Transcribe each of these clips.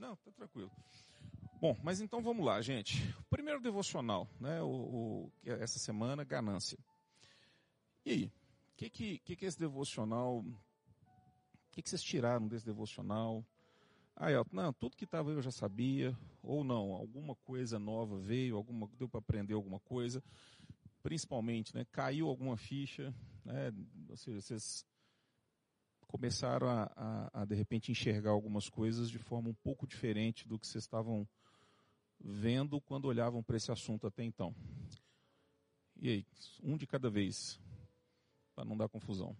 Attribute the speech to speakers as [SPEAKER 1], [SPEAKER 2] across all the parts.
[SPEAKER 1] Não, tá tranquilo. Bom, mas então vamos lá, gente. O primeiro devocional, né? Essa semana, ganância. E aí? O que é esse devocional? O que vocês tiraram desse devocional? Elton, não, tudo que estava eu já sabia, ou não, alguma coisa nova veio, deu para aprender alguma coisa, principalmente, né, caiu alguma ficha, né, ou seja, vocês começaram a de repente enxergar algumas coisas de forma um pouco diferente do que vocês estavam vendo quando olhavam para esse assunto até então. E aí, um de cada vez, para não dar confusão.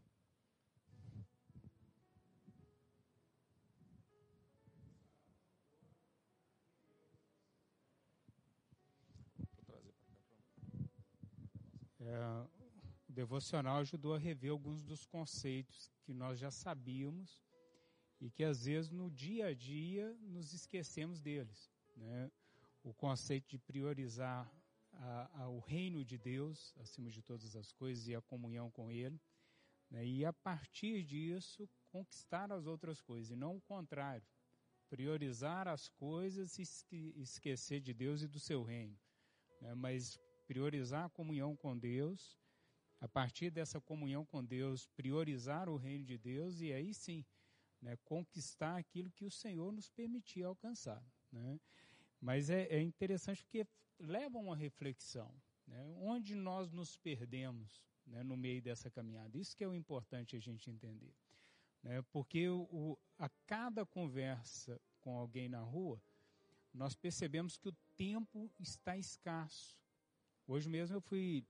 [SPEAKER 2] O devocional ajudou a rever alguns dos conceitos que nós já sabíamos e que às vezes no dia a dia nos esquecemos deles, né? O conceito de priorizar o reino de Deus acima de todas as coisas e a comunhão com Ele, né? E a partir disso conquistar as outras coisas e não o contrário, priorizar as coisas e esquecer de Deus e do seu reino, né? Mas priorizar a comunhão com Deus, a partir dessa comunhão com Deus, priorizar o reino de Deus e aí sim, né, conquistar aquilo que o Senhor nos permitia alcançar, né? Mas é interessante porque leva a uma reflexão, né? Onde nós nos perdemos, né, no meio dessa caminhada. Isso que é o importante a gente entender, né? Porque a cada conversa com alguém na rua, nós percebemos que o tempo está escasso. Hoje mesmo eu fui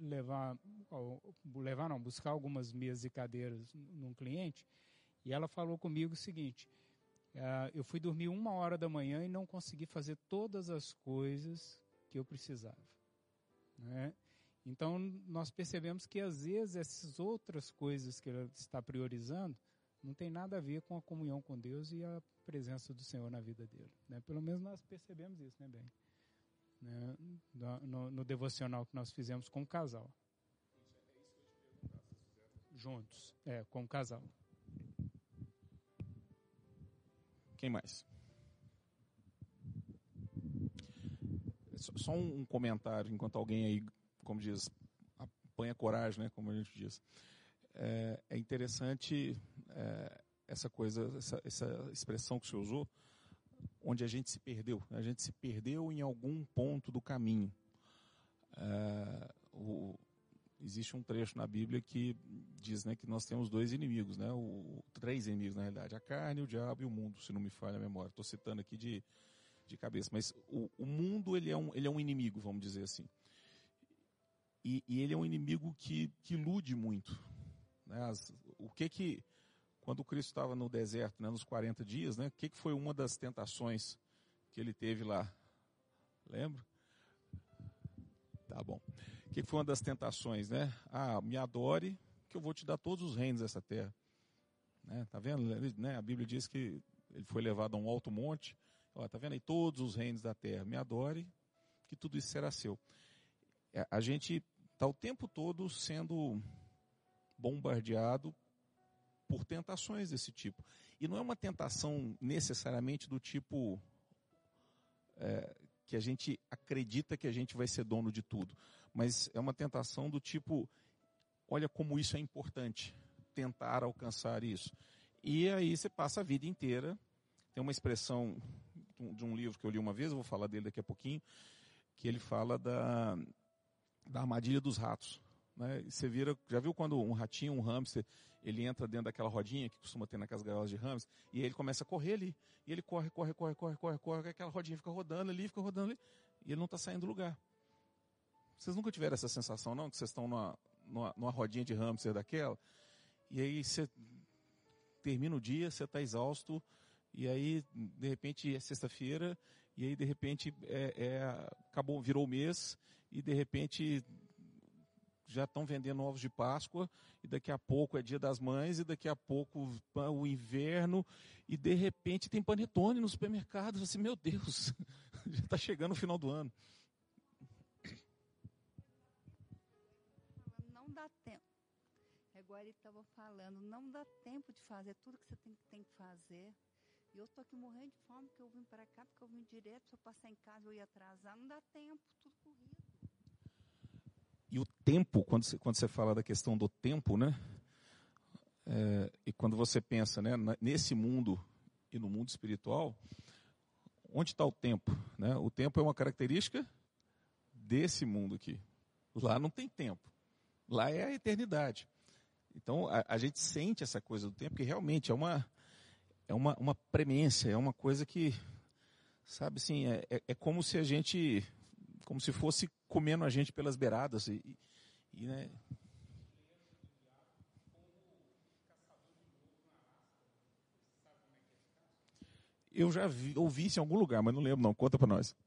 [SPEAKER 2] buscar algumas mesas e cadeiras num cliente e ela falou comigo o seguinte: eu fui dormir 1h da manhã e não consegui fazer todas as coisas que eu precisava, né? Então nós percebemos que às vezes essas outras coisas que ela está priorizando não tem nada a ver com a comunhão com Deus e a presença do Senhor na vida dele, né? Pelo menos nós percebemos isso, né, Ben? Né, no devocional que nós fizemos com o casal.
[SPEAKER 1] É isso que eu te perguntar, vocês fizeram
[SPEAKER 2] juntos, com o casal.
[SPEAKER 1] Quem mais? Só um comentário, enquanto alguém aí, como diz, apanha coragem, né, como a gente diz. É interessante essa coisa, essa expressão que você usou, onde a gente se perdeu. A gente se perdeu em algum ponto do caminho. Existe um trecho na Bíblia que diz, né, que nós temos dois inimigos, né, três inimigos na realidade, a carne, o diabo e o mundo, se não me falha a memória. Estou citando aqui de cabeça, mas o mundo ele é um inimigo, vamos dizer assim. E ele é um inimigo que ilude muito, né? Quando Cristo estava no deserto, né, nos 40 dias, né, o que foi uma das tentações que ele teve lá? Lembra? Tá bom. O que foi uma das tentações, né? Me adore, que eu vou te dar todos os reinos dessa terra. Né? Tá vendo? Né? A Bíblia diz que ele foi levado a um alto monte. Tá vendo aí todos os reinos da terra? Me adore, que tudo isso será seu. A gente está o tempo todo sendo bombardeado por tentações desse tipo. E não é uma tentação necessariamente do tipo que a gente acredita que a gente vai ser dono de tudo. Mas é uma tentação do tipo, olha como isso é importante, tentar alcançar isso. E aí você passa a vida inteira. Tem uma expressão de um livro que eu li uma vez, eu vou falar dele daqui a pouquinho, que ele fala da armadilha dos ratos. Né? Você já viu quando um ratinho, um hamster, ele entra dentro daquela rodinha que costuma ter naquelas gaiolas de hamster, e aí ele começa a correr ali, e ele corre, aquela rodinha fica rodando ali, e ele não está saindo do lugar. Vocês nunca tiveram essa sensação, não? Que vocês estão numa rodinha de hamster daquela, e aí você termina o dia, você está exausto, e aí, de repente, é sexta-feira, e aí, de repente, acabou, virou o mês, e de repente já estão vendendo ovos de Páscoa, e daqui a pouco é Dia das Mães, e daqui a pouco o inverno, e de repente tem panetone no supermercado. Assim, meu Deus, já está chegando o final do ano.
[SPEAKER 3] Não dá tempo. Agora ele estava falando, não dá tempo de fazer tudo que você tem que fazer. E eu estou aqui morrendo de fome, porque eu vim para cá, porque eu vim direto, se eu passar em casa eu ia atrasar, não dá tempo, tudo corrido.
[SPEAKER 1] E o tempo, quando você fala da questão do tempo, né? E quando você pensa, né, nesse mundo e no mundo espiritual, onde está o tempo? Né? O tempo é uma característica desse mundo aqui. Lá não tem tempo. Lá é a eternidade. Então, a gente sente essa coisa do tempo, que realmente é uma premência, é uma coisa que, sabe assim, é como se a gente, como se fosse comendo a gente pelas beiradas. Né? Eu já ouvi isso em algum lugar, mas não lembro não. Conta para nós.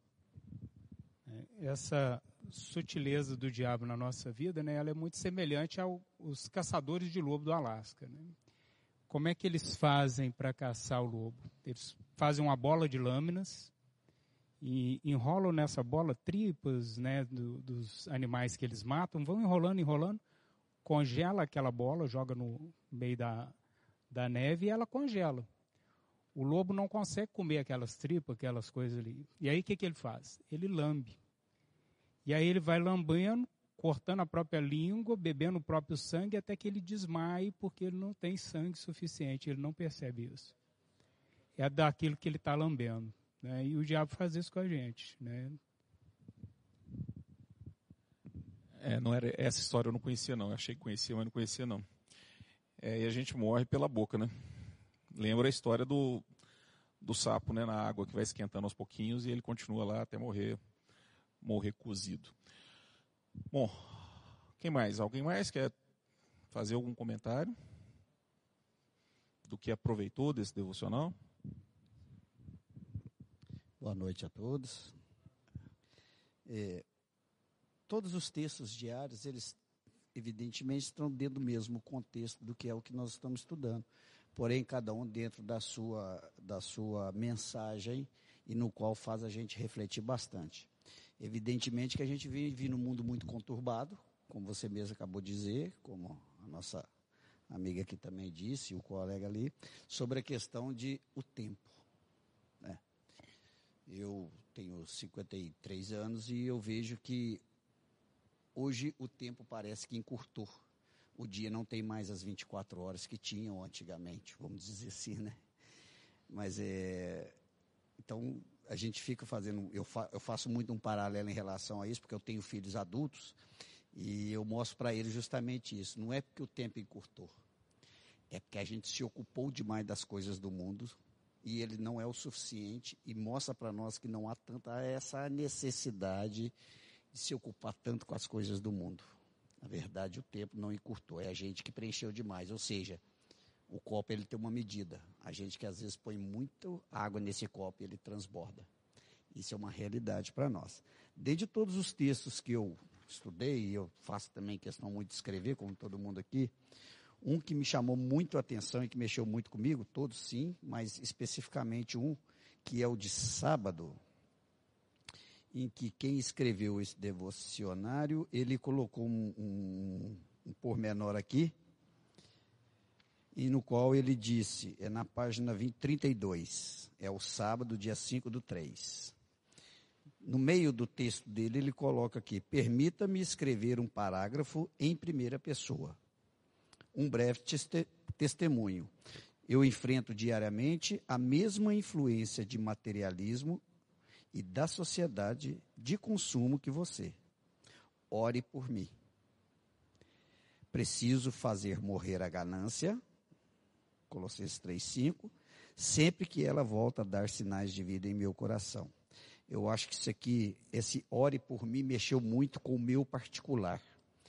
[SPEAKER 2] Essa sutileza do diabo na nossa vida, né, ela é muito semelhante aos caçadores de lobo do Alasca. Né? Como é que eles fazem para caçar o lobo? Eles fazem uma bola de lâminas e enrolam nessa bola tripas, né, dos animais que eles matam, vão enrolando, congela aquela bola, joga no meio da neve e ela congela. O lobo não consegue comer aquelas tripas, aquelas coisas ali. E aí o que ele faz? Ele lambe. E aí ele vai lambendo, cortando a própria língua, bebendo o próprio sangue, até que ele desmaie, porque ele não tem sangue suficiente, ele não percebe isso. É daquilo que ele está lambendo. Né? E o diabo faz isso com a gente. Né?
[SPEAKER 1] Não era, essa história eu não conhecia não, eu achei que conhecia, mas não conhecia não. E a gente morre pela boca, né? Lembra a história do sapo, né, na água, que vai esquentando aos pouquinhos e ele continua lá até morrer cozido. Bom, quem mais? Alguém mais quer fazer algum comentário do que aproveitou desse devocional?
[SPEAKER 4] Boa noite a todos. Todos os textos diários, eles evidentemente estão dentro do mesmo contexto do que é o que nós estamos estudando. Porém, cada um dentro da sua mensagem e no qual faz a gente refletir bastante. Evidentemente que a gente vive num mundo muito conturbado, como você mesmo acabou de dizer, como a nossa amiga aqui também disse, o colega ali, sobre a questão de o tempo. Né? Eu tenho 53 anos e eu vejo que hoje o tempo parece que encurtou. O dia não tem mais as 24 horas que tinham antigamente, vamos dizer assim, né? Mas então, a gente fica fazendo... Eu faço muito um paralelo em relação a isso, porque eu tenho filhos adultos, e eu mostro para eles justamente isso. Não é porque o tempo encurtou, é porque a gente se ocupou demais das coisas do mundo, e ele não é o suficiente, e mostra para nós que não há tanta essa necessidade de se ocupar tanto com as coisas do mundo. Na verdade, o tempo não encurtou, é a gente que preencheu demais. Ou seja, o copo ele tem uma medida. A gente que às vezes põe muita água nesse copo e ele transborda. Isso é uma realidade para nós. Desde todos os textos que eu estudei, e eu faço também questão muito de escrever, como todo mundo aqui, um que me chamou muito a atenção e que mexeu muito comigo, todos sim, mas especificamente um, que é o de sábado, em que quem escreveu esse devocionário, ele colocou um pormenor aqui, e no qual ele disse, na página 32, é o sábado, dia 5/3. No meio do texto dele, ele coloca aqui, permita-me escrever um parágrafo em primeira pessoa. Um breve testemunho. Eu enfrento diariamente a mesma influência de materialismo e da sociedade de consumo que você. Ore por mim. Preciso fazer morrer a ganância, Colossenses 3:5, sempre que ela volta a dar sinais de vida em meu coração. Eu acho que isso aqui, esse ore por mim, mexeu muito com o meu particular.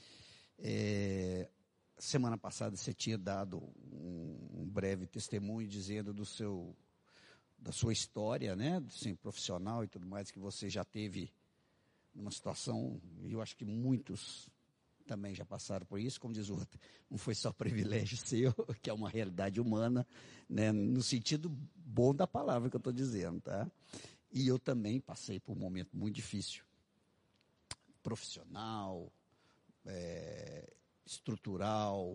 [SPEAKER 4] Semana passada você tinha dado um breve testemunho dizendo da sua história, né, assim, profissional e tudo mais, que você já teve numa situação, e eu acho que muitos também já passaram por isso, como diz o outro, não foi só privilégio seu, que é uma realidade humana, né, no sentido bom da palavra que eu estou dizendo, tá? E eu também passei por um momento muito difícil, profissional, estrutural,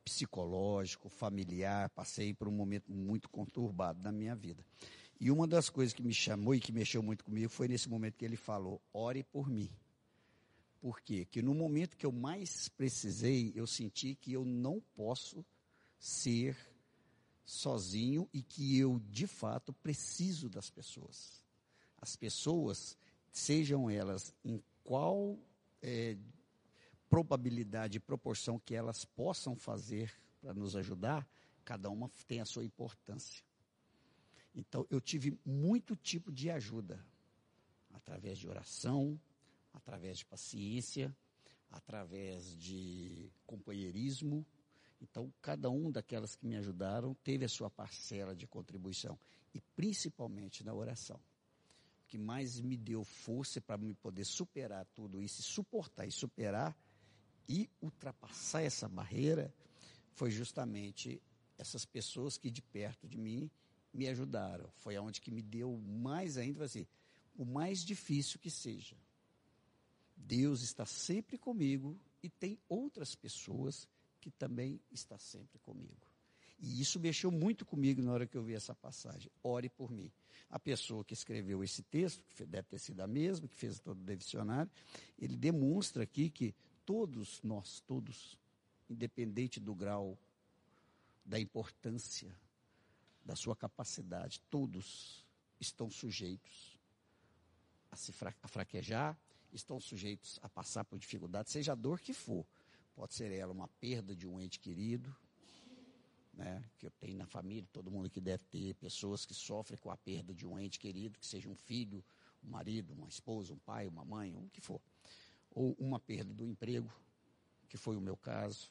[SPEAKER 4] psicológico, familiar, passei por um momento muito conturbado na minha vida. E uma das coisas que me chamou e que mexeu muito comigo foi nesse momento que ele falou, ore por mim. Por quê? Porque no momento que eu mais precisei, eu senti que eu não posso ser sozinho e que eu, de fato, preciso das pessoas. As pessoas, sejam elas em qual probabilidade e proporção que elas possam fazer para nos ajudar, cada uma tem a sua importância. Então, eu tive muito tipo de ajuda, através de oração, através de paciência, através de companheirismo. Então, cada um daquelas que me ajudaram teve a sua parcela de contribuição, e principalmente na oração. O que mais me deu força para me poder superar tudo isso, suportar e superar e ultrapassar essa barreira, foi justamente essas pessoas que de perto de mim me ajudaram. Foi aonde que me deu mais ainda, assim, o mais difícil que seja. Deus está sempre comigo e tem outras pessoas que também está sempre comigo. E isso mexeu muito comigo na hora que eu vi essa passagem. Ore por mim. A pessoa que escreveu esse texto, que deve ter sido a mesma, que fez todo o devocionário, ele demonstra aqui que todos nós, independente do grau, da importância, da sua capacidade, todos estão sujeitos a fraquejar, estão sujeitos a passar por dificuldade, seja a dor que for. Pode ser ela uma perda de um ente querido, né, que eu tenho na família, todo mundo que deve ter pessoas que sofrem com a perda de um ente querido, que seja um filho, um marido, uma esposa, um pai, uma mãe, o que for. Ou uma perda do emprego, que foi o meu caso.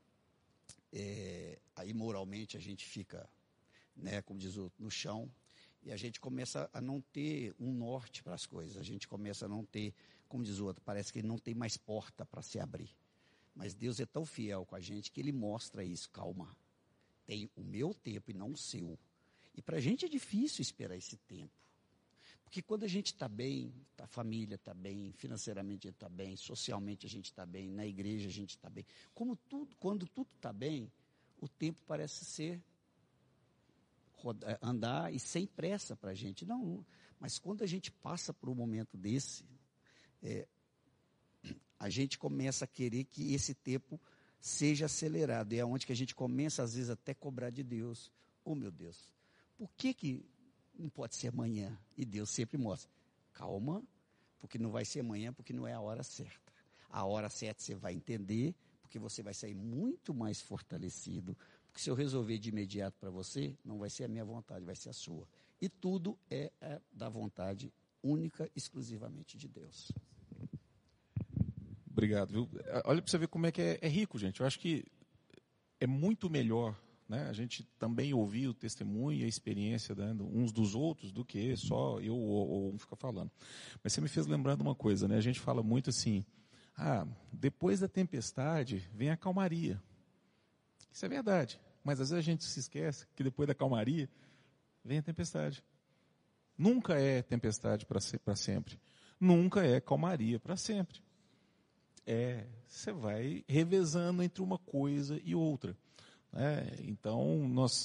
[SPEAKER 4] Aí moralmente a gente fica, né, como diz o, no chão, e a gente começa a não ter um norte para as coisas. A gente começa a não ter, como diz o outro, parece que não tem mais porta para se abrir. Mas Deus é tão fiel com a gente que Ele mostra isso. Calma, tem o meu tempo e não o seu. E para a gente é difícil esperar esse tempo. Porque quando a gente está bem, a família está bem, financeiramente a gente está bem, socialmente a gente está bem, na igreja a gente está bem. Quando tudo está bem, o tempo parece ser andar e sem pressa para a gente. Não, mas quando a gente passa por um momento desse, a gente começa a querer que esse tempo seja acelerado. É onde que a gente começa, às vezes, até cobrar de Deus. Oh, meu Deus, por que não pode ser amanhã? E Deus sempre mostra. Calma, porque não vai ser amanhã, porque não é a hora certa. A hora certa você vai entender, porque você vai sair muito mais fortalecido. Porque se eu resolver de imediato para você, não vai ser a minha vontade, vai ser a sua. E tudo é da vontade única, exclusivamente de Deus.
[SPEAKER 1] Obrigado, viu? Olha para você ver como é que é rico, gente. Eu acho que é muito melhor, né, a gente também ouvir o testemunho e a experiência, né, uns dos outros do que só eu ou um ficar falando. Mas você me fez lembrar de uma coisa, né? A gente fala muito assim, depois da tempestade vem a calmaria. Isso é verdade, mas às vezes a gente se esquece que depois da calmaria vem a tempestade. Nunca é tempestade para sempre. Nunca é calmaria para sempre. Você vai revezando entre uma coisa e outra. Então,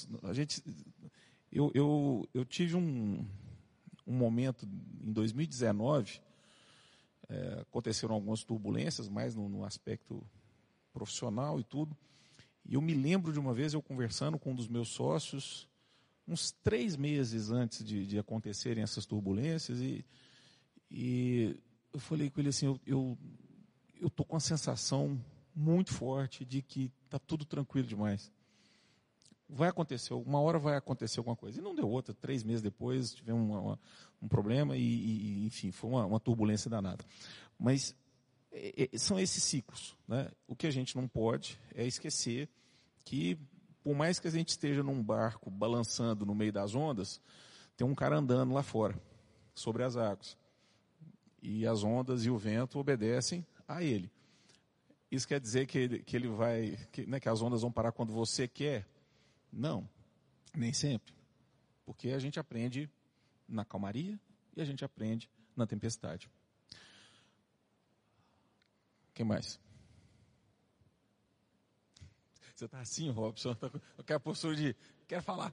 [SPEAKER 1] eu tive um momento em 2019, aconteceram algumas turbulências, mais no aspecto profissional e tudo. E eu me lembro de uma vez eu conversando com um dos meus sócios, uns 3 meses antes de acontecerem essas turbulências, e eu falei com ele assim, eu estou com a sensação muito forte de que está tudo tranquilo demais. Vai acontecer, uma hora vai acontecer alguma coisa. E não deu outra, 3 meses depois tivemos um problema e enfim, foi uma turbulência danada. Mas são esses ciclos, né? O que a gente não pode é esquecer que, por mais que a gente esteja num barco balançando no meio das ondas, tem um cara andando lá fora, sobre as águas. E as ondas e o vento obedecem a ele. Isso quer dizer que ele vai, que as ondas vão parar quando você quer? Não, nem sempre. Porque a gente aprende na calmaria e a gente aprende na tempestade. Quem mais? Você está assim, Robson, tá com aquela postura de, quero falar.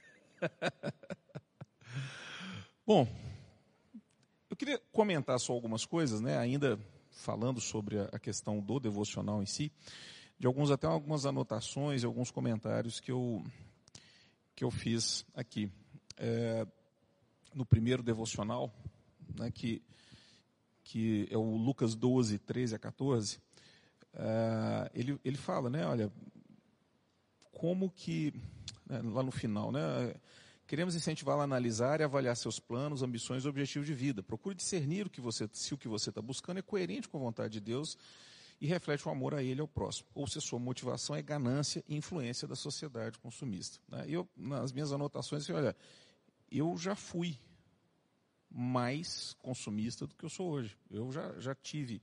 [SPEAKER 1] Bom, eu queria comentar só algumas coisas, né, ainda falando sobre a questão do devocional em si, de até algumas anotações e alguns comentários que eu fiz aqui. No primeiro devocional, né, que é o Lucas 12, 13 a 14, ele fala, né, olha, como que, né, lá no final, né, queremos incentivá-lo a analisar e avaliar seus planos, ambições e objetivos de vida. Procure discernir se o que você está buscando é coerente com a vontade de Deus e reflete o amor a Ele e ao próximo, ou se a sua motivação é ganância e influência da sociedade consumista. Né? Nas minhas anotações, assim, olha, eu já fui mais consumista do que eu sou hoje. Eu já tive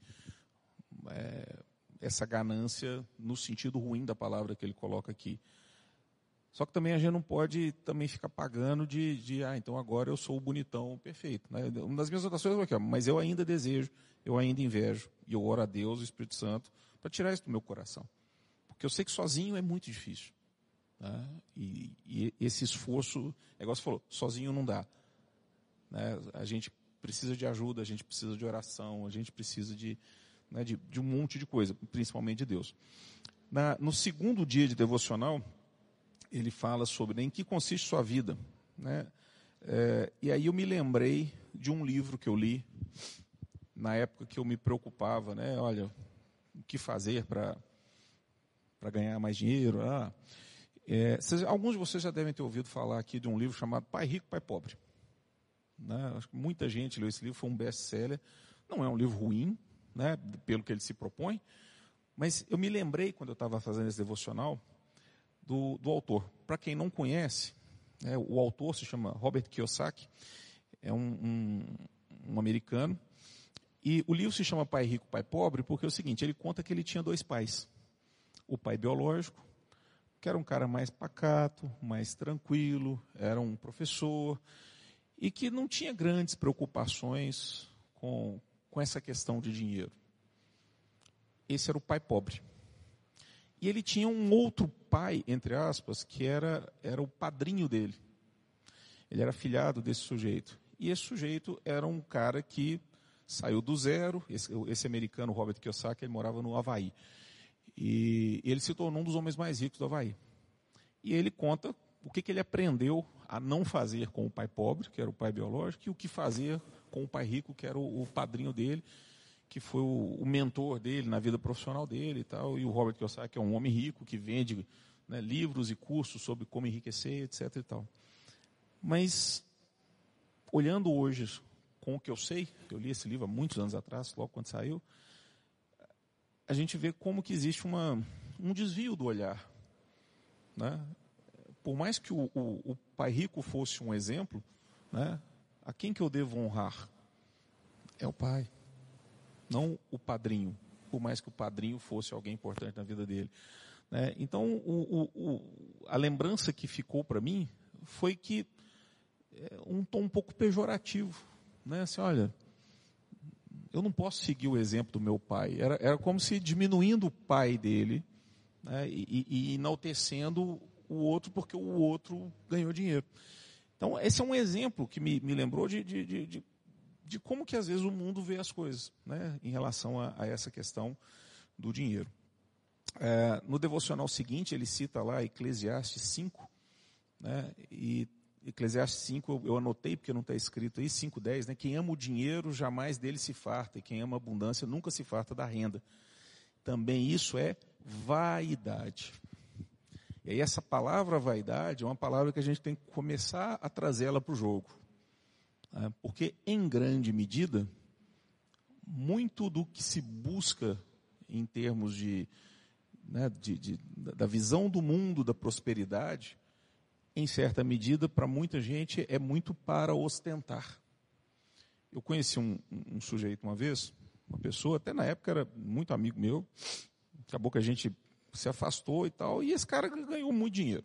[SPEAKER 1] essa ganância no sentido ruim da palavra que ele coloca aqui. Só que também a gente não pode também ficar pagando então agora eu sou o bonitão perfeito. Né? Uma das minhas anotações é aqui, mas eu ainda desejo, eu ainda invejo, e eu oro a Deus, o Espírito Santo, para tirar isso do meu coração. Porque eu sei que sozinho é muito difícil. Né? E esse esforço, igual você falou, sozinho não dá. Né? A gente precisa de ajuda, a gente precisa de oração, a gente precisa de um monte de coisa, principalmente de Deus. No segundo dia de devocional, ele fala sobre em que consiste sua vida. Né? E aí eu me lembrei de um livro que eu li, na época que eu me preocupava, né? Olha, o que fazer para ganhar mais dinheiro. Alguns de vocês já devem ter ouvido falar aqui de um livro chamado Pai Rico, Pai Pobre. Né? Acho que muita gente leu esse livro, foi um best-seller. Não é um livro ruim, né, pelo que ele se propõe, mas eu me lembrei, quando eu estava fazendo esse devocional, do autor. Para quem não conhece, né, o autor se chama Robert Kiyosaki, é um americano, e o livro se chama Pai Rico, Pai Pobre, porque é o seguinte, ele conta que ele tinha 2 pais. O pai biológico, que era um cara mais pacato, mais tranquilo, era um professor, e que não tinha grandes preocupações com essa questão de dinheiro. Esse era o pai pobre. E ele tinha um outro pai, entre aspas, que era o padrinho dele. Ele era filhado desse sujeito. E esse sujeito era um cara que saiu do zero. Esse americano, Robert Kiyosaki, ele morava no Havaí. E ele se tornou um dos homens mais ricos do Havaí. E ele conta o que ele aprendeu a não fazer com o pai pobre, que era o pai biológico, e o que fazer com o pai rico, que era o padrinho dele, que foi o mentor dele na vida profissional dele e tal. E o Robert Kiyosaki é um homem rico que vende, né, livros e cursos sobre como enriquecer, etc. e tal. Mas, olhando hoje com o que eu sei, eu li esse livro há muitos anos atrás, logo quando saiu, a gente vê como que existe um desvio do olhar. Né? Por mais que o pai rico fosse um exemplo, né, a quem que eu devo honrar? É o pai, não o padrinho, por mais que o padrinho fosse alguém importante na vida dele. Né? Então, a lembrança que ficou para mim foi que um tom um pouco pejorativo. Né? Assim, olha, eu não posso seguir o exemplo do meu pai. Era como se diminuindo o pai dele, né, e enaltecendo o outro porque o outro ganhou dinheiro. Então, esse é um exemplo que me lembrou de como que às vezes o mundo vê as coisas, né, em relação a essa questão do dinheiro. No devocional seguinte, ele cita lá Eclesiastes 5, né, e Eclesiastes 5 eu anotei porque não está escrito aí, 5:10, né, quem ama o dinheiro jamais dele se farta, e quem ama a abundância nunca se farta da renda. Também isso é vaidade. E aí essa palavra vaidade é uma palavra que a gente tem que começar a trazê-la para o jogo. Porque, em grande medida, muito do que se busca em termos da visão do mundo, da prosperidade, em certa medida, para muita gente, é muito para ostentar. Eu conheci um sujeito uma vez, uma pessoa, até na época era muito amigo meu, acabou que a gente se afastou e tal, e esse cara ganhou muito dinheiro.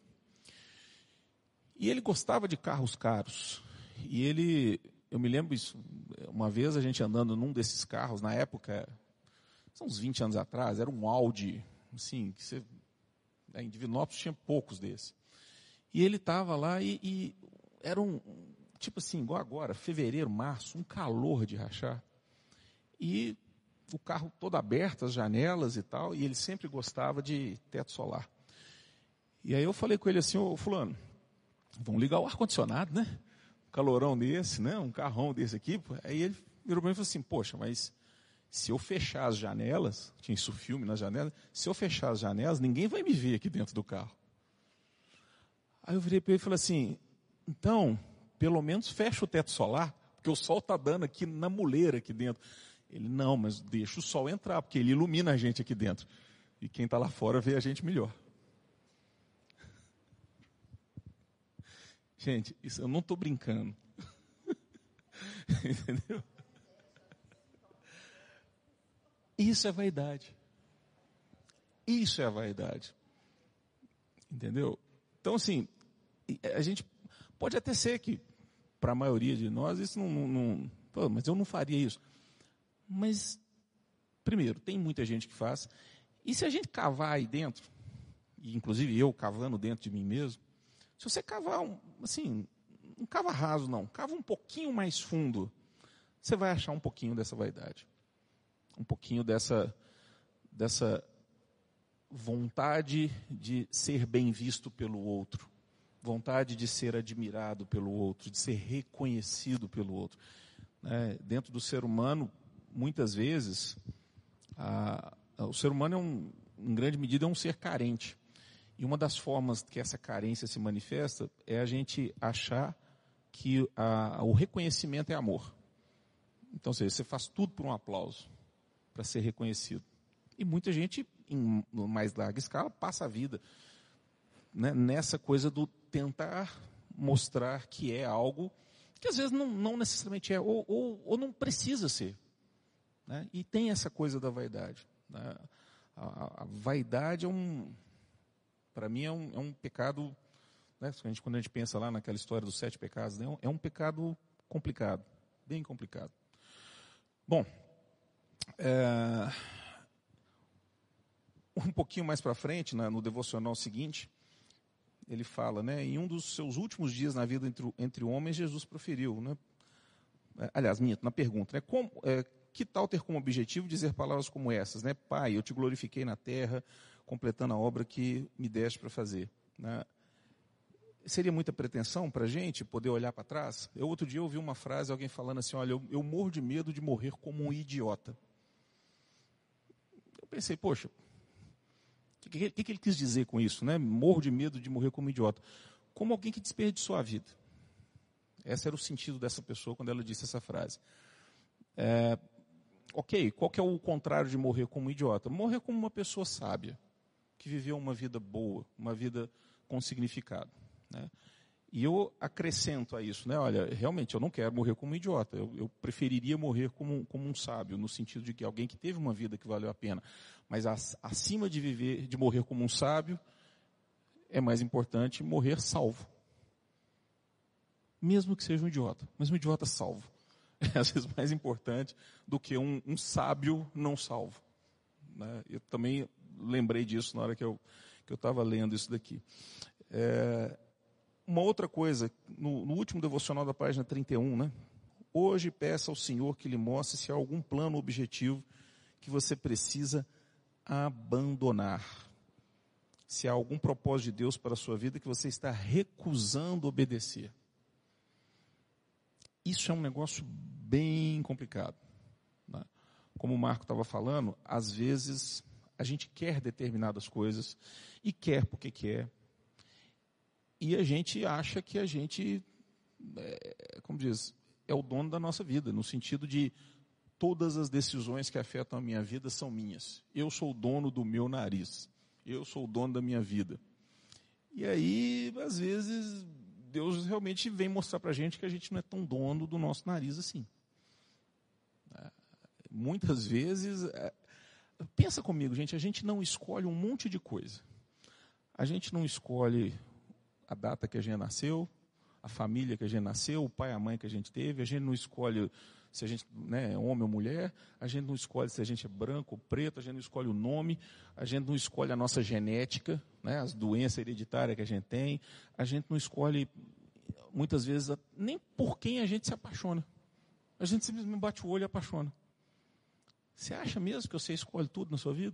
[SPEAKER 1] E ele gostava de carros caros. E eu me lembro isso, uma vez a gente andando num desses carros, na época, são uns 20 anos atrás, era um Audi, assim, que você Em Divinópolis tinha poucos desses. E ele estava lá e era tipo assim, igual agora, fevereiro, março, um calor de rachar. E o carro todo aberto, as janelas e tal, e ele sempre gostava de teto solar. E aí eu falei com ele assim, ô fulano, vamos ligar o ar-condicionado, né? Um calorão desse, né? Um carrão desse aqui. Aí ele virou para mim e falou assim, poxa, mas se eu fechar as janelas, tinha isso filme nas janelas, se eu fechar as janelas, ninguém vai me ver aqui dentro do carro. Aí eu virei para ele e falei assim, então, pelo menos fecha o teto solar, porque o sol está dando aqui na muleira aqui dentro. Ele, não, mas deixa o sol entrar, porque ele ilumina a gente aqui dentro. E quem está lá fora vê a gente melhor. Gente, isso eu não estou brincando. Entendeu? Isso é vaidade. Isso é a vaidade. Entendeu? Então, assim, a gente pode até ser que, para a maioria de nós, isso pô, mas eu não faria isso. Mas, primeiro, tem muita gente que faz. E se a gente cavar aí dentro, e inclusive eu cavando dentro de mim mesmo, se você cavar, não cava raso não, cava um pouquinho mais fundo, você vai achar um pouquinho dessa vaidade. Um pouquinho dessa vontade de ser bem visto pelo outro. Vontade de ser admirado pelo outro, de ser reconhecido pelo outro. Dentro do ser humano, muitas vezes, o ser humano, em grande medida, é um ser carente. E uma das formas que essa carência se manifesta é a gente achar que o reconhecimento é amor. Então, você faz tudo por um aplauso, para ser reconhecido. E muita gente, em mais larga escala, passa a vida, né, nessa coisa do tentar mostrar que é algo que às vezes não necessariamente é, ou não precisa ser. Né? E tem essa coisa da vaidade. Né? A vaidade para mim é um pecado, né? Quando a gente pensa lá naquela história dos 7 pecados, né? É um pecado complicado, bem complicado. Bom, um pouquinho mais para frente, no devocional seguinte, ele fala, né, em um dos seus últimos dias na vida entre homens, Jesus proferiu, né, aliás, na pergunta, né, que tal ter como objetivo dizer palavras como essas, né, Pai, eu te glorifiquei na terra, completando a obra que me deste para fazer. Né? Seria muita pretensão para a gente poder olhar para trás? Outro dia eu ouvi uma frase, alguém falando assim, olha, eu morro de medo de morrer como um idiota. Eu pensei, poxa, o que ele quis dizer com isso? Né? Morro de medo de morrer como um idiota. Como alguém que desperdiçou a vida. Esse era o sentido dessa pessoa quando ela disse essa frase. Ok, qual que é o contrário de morrer como um idiota? Morrer como uma pessoa sábia, que viveu uma vida boa, uma vida com significado. Né? E eu acrescento a isso, né? Olha, realmente eu não quero morrer como um idiota, eu preferiria morrer como um sábio, no sentido de que alguém que teve uma vida que valeu a pena. Mas acima de morrer como um sábio, é mais importante morrer salvo. Mesmo que seja um idiota, mas um idiota salvo. É às vezes mais importante do que um sábio não salvo. Né? Eu também lembrei disso na hora que eu estava lendo isso daqui. Uma outra coisa, no último devocional da página 31, né? Hoje peça ao Senhor que lhe mostre se há algum plano objetivo que você precisa abandonar. Se há algum propósito de Deus para a sua vida que você está recusando obedecer. Isso é um negócio bem complicado. Né? Como o Marco estava falando, às vezes a gente quer determinadas coisas e quer porque quer. E a gente acha que a gente, como diz, é o dono da nossa vida, no sentido de todas as decisões que afetam a minha vida são minhas. Eu sou o dono do meu nariz. Eu sou o dono da minha vida. E aí, às vezes, Deus realmente vem mostrar para a gente que a gente não é tão dono do nosso nariz assim. Muitas vezes, pensa comigo, gente, a gente não escolhe um monte de coisa. A gente não escolhe a data que a gente nasceu, a família que a gente nasceu, o pai e a mãe que a gente teve, a gente não escolhe se a gente é homem ou mulher, a gente não escolhe se a gente é branco ou preto, a gente não escolhe o nome, a gente não escolhe a nossa genética, né, as doenças hereditárias que a gente tem, a gente não escolhe, muitas vezes, nem por quem a gente se apaixona. A gente simplesmente bate o olho e apaixona. Você acha mesmo que você escolhe tudo na sua vida?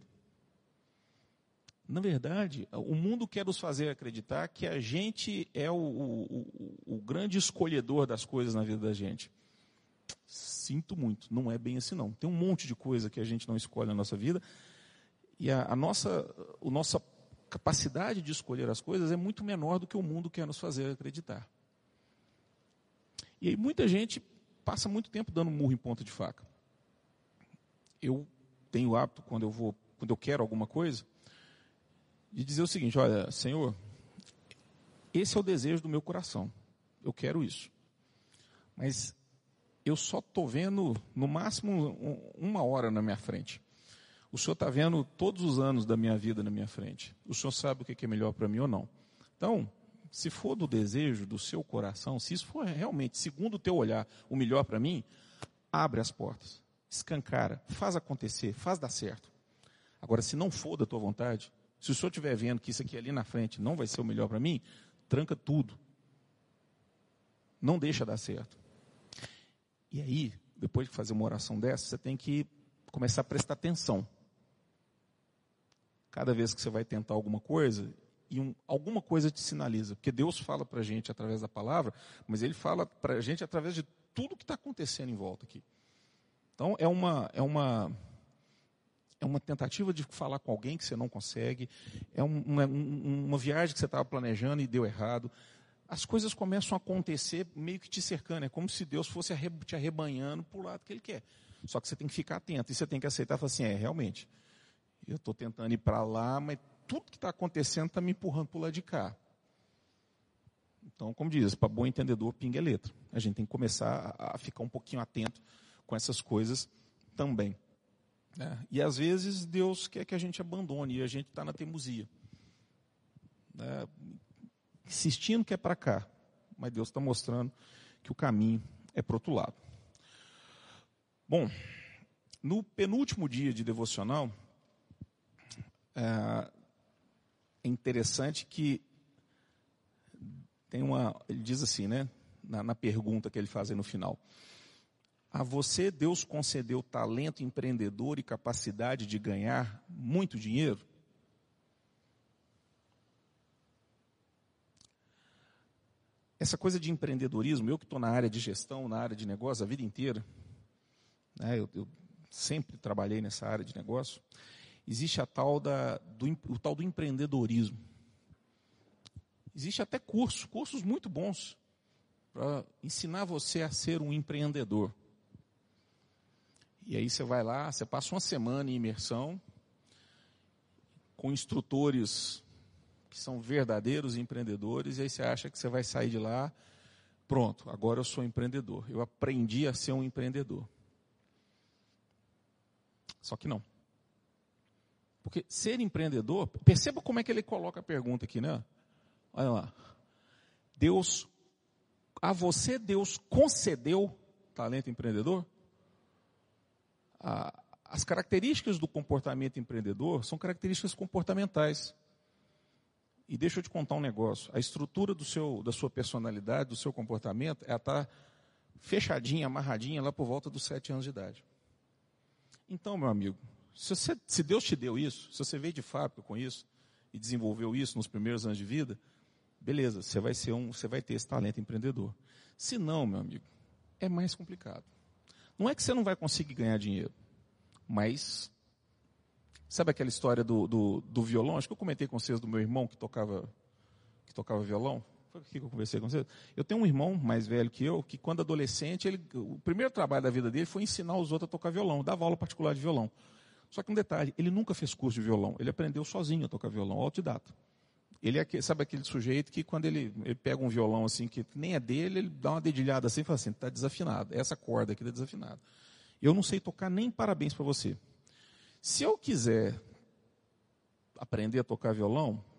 [SPEAKER 1] Na verdade, o mundo quer nos fazer acreditar que a gente é o grande escolhedor das coisas na vida da gente. Sinto muito, não é bem assim não. Tem um monte de coisa que a gente não escolhe na nossa vida, e a nossa capacidade de escolher as coisas é muito menor do que o mundo quer nos fazer acreditar. E aí muita gente passa muito tempo dando murro em ponta de faca. Eu tenho o hábito, quando eu quero alguma coisa, de dizer o seguinte: olha, Senhor, esse é o desejo do meu coração, eu quero isso, mas eu só estou vendo no máximo 1 hora na minha frente. O Senhor está vendo todos os anos da minha vida na minha frente. O Senhor sabe o que é melhor para mim ou não. Então, se for do desejo do seu coração, se isso for realmente, segundo o teu olhar, o melhor para mim, abre as portas, escancara, faz acontecer, faz dar certo. Agora, se não for da tua vontade, se o Senhor estiver vendo que isso aqui ali na frente não vai ser o melhor para mim, tranca tudo. Não deixa dar certo. E aí, depois de fazer uma oração dessa, você tem que começar a prestar atenção. Cada vez que você vai tentar alguma coisa, e alguma coisa te sinaliza. Porque Deus fala para a gente através da palavra, mas Ele fala para a gente através de tudo que está acontecendo em volta aqui. Então, é uma tentativa de falar com alguém que você não consegue, é uma viagem que você estava planejando e deu errado. As coisas começam a acontecer meio que te cercando, é como se Deus fosse te arrebanhando para o lado que Ele quer. Só que você tem que ficar atento, e você tem que aceitar e falar assim, realmente, eu estou tentando ir para lá, mas tudo que está acontecendo está me empurrando para o lado de cá. Então, como diz, para bom entendedor, pinga é letra. A gente tem que começar a ficar um pouquinho atento com essas coisas também. E às vezes Deus quer que a gente abandone, e a gente está na teimosia. Insistindo que é para cá, mas Deus está mostrando que o caminho é para o outro lado. Bom, no penúltimo dia de devocional, é interessante que ele diz assim, né, na pergunta que ele faz aí no final: a você Deus concedeu talento empreendedor e capacidade de ganhar muito dinheiro? Essa coisa de empreendedorismo, eu que estou na área de gestão, na área de negócio a vida inteira, né, eu sempre trabalhei nessa área de negócio, existe o tal do empreendedorismo. Existe até cursos muito bons para ensinar você a ser um empreendedor. E aí você vai lá, você passa uma semana em imersão, com instrutores que são verdadeiros empreendedores, e aí você acha que você vai sair de lá, pronto, agora eu sou empreendedor. Eu aprendi a ser um empreendedor. Só que não. Porque ser empreendedor, perceba como é que ele coloca a pergunta aqui, né? Olha lá. A você Deus concedeu talento empreendedor? As características do comportamento empreendedor são características comportamentais. E deixa eu te contar um negócio. A estrutura da sua personalidade, do seu comportamento, ela está fechadinha, amarradinha lá por volta dos 7 anos de idade. Então, meu amigo, se Deus te deu isso, se você veio de fábrica com isso e desenvolveu isso nos primeiros anos de vida, beleza, você vai ter esse talento empreendedor. Se não, meu amigo, é mais complicado. Não é que você não vai conseguir ganhar dinheiro, mas sabe aquela história do violão? Acho que eu comentei com vocês do meu irmão que tocava violão. Foi aqui que eu conversei com vocês. Eu tenho um irmão mais velho que eu, que quando adolescente, o primeiro trabalho da vida dele foi ensinar os outros a tocar violão, dava aula particular de violão. Só que um detalhe, ele nunca fez curso de violão, ele aprendeu sozinho a tocar violão, autodidata. Ele sabe aquele sujeito que quando ele pega um violão assim, que nem é dele, ele dá uma dedilhada assim e fala assim, está desafinado, essa corda aqui está desafinada. Eu não sei tocar, nem parabéns para você. Se eu quiser aprender a tocar violão,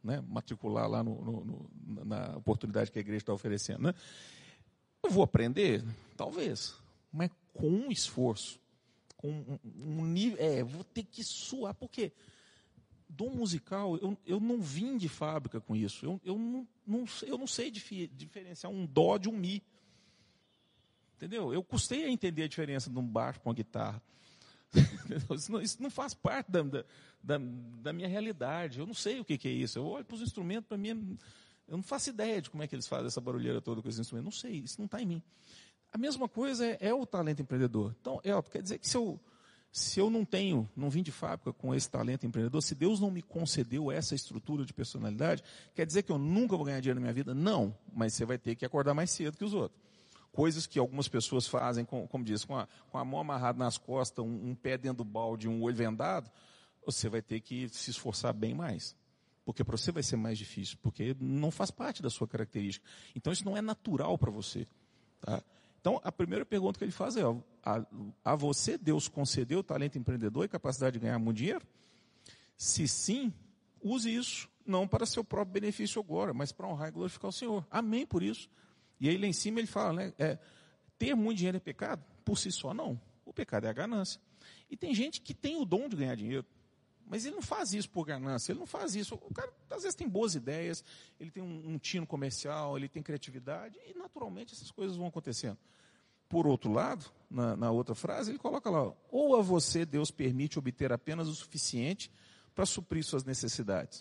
[SPEAKER 1] né, matricular lá na oportunidade que a igreja está oferecendo. Né? Eu vou aprender? Talvez, mas com um esforço, com um nível, vou ter que suar, porque dom musical, eu não vim de fábrica com isso, eu não sei diferenciar um dó de um mi, entendeu? Eu custei a entender a diferença de um baixo para uma guitarra. Isso não faz parte da minha realidade. Eu não sei o que é isso. Eu olho para os instrumentos, para mim, eu não faço ideia de como é que eles fazem essa barulheira toda com esses instrumentos. Não sei, isso não está em mim. A mesma coisa é o talento empreendedor. Então, quer dizer que se eu não vim de fábrica com esse talento empreendedor, se Deus não me concedeu essa estrutura de personalidade, quer dizer que eu nunca vou ganhar dinheiro na minha vida? Não, mas você vai ter que acordar mais cedo que os outros. Coisas que algumas pessoas fazem, como diz, com a mão amarrada nas costas, um pé dentro do balde, um olho vendado, você vai ter que se esforçar bem mais. Porque para você vai ser mais difícil, porque não faz parte da sua característica. Então isso não é natural para você. Tá? Então a primeira pergunta que ele faz é, a você Deus concedeu talento empreendedor e capacidade de ganhar muito dinheiro? Se sim, use isso, não para seu próprio benefício agora, mas para honrar e glorificar o Senhor. Amém por isso. E aí lá em cima ele fala, né, ter muito dinheiro é pecado? Por si só não. O pecado é a ganância. E tem gente que tem o dom de ganhar dinheiro, mas ele não faz isso por ganância, ele não faz isso. O cara às vezes tem boas ideias, ele tem um tino comercial, ele tem criatividade, e naturalmente essas coisas vão acontecendo. Por outro lado, na outra frase, ele coloca lá, ou a você Deus permite obter apenas o suficiente para suprir suas necessidades.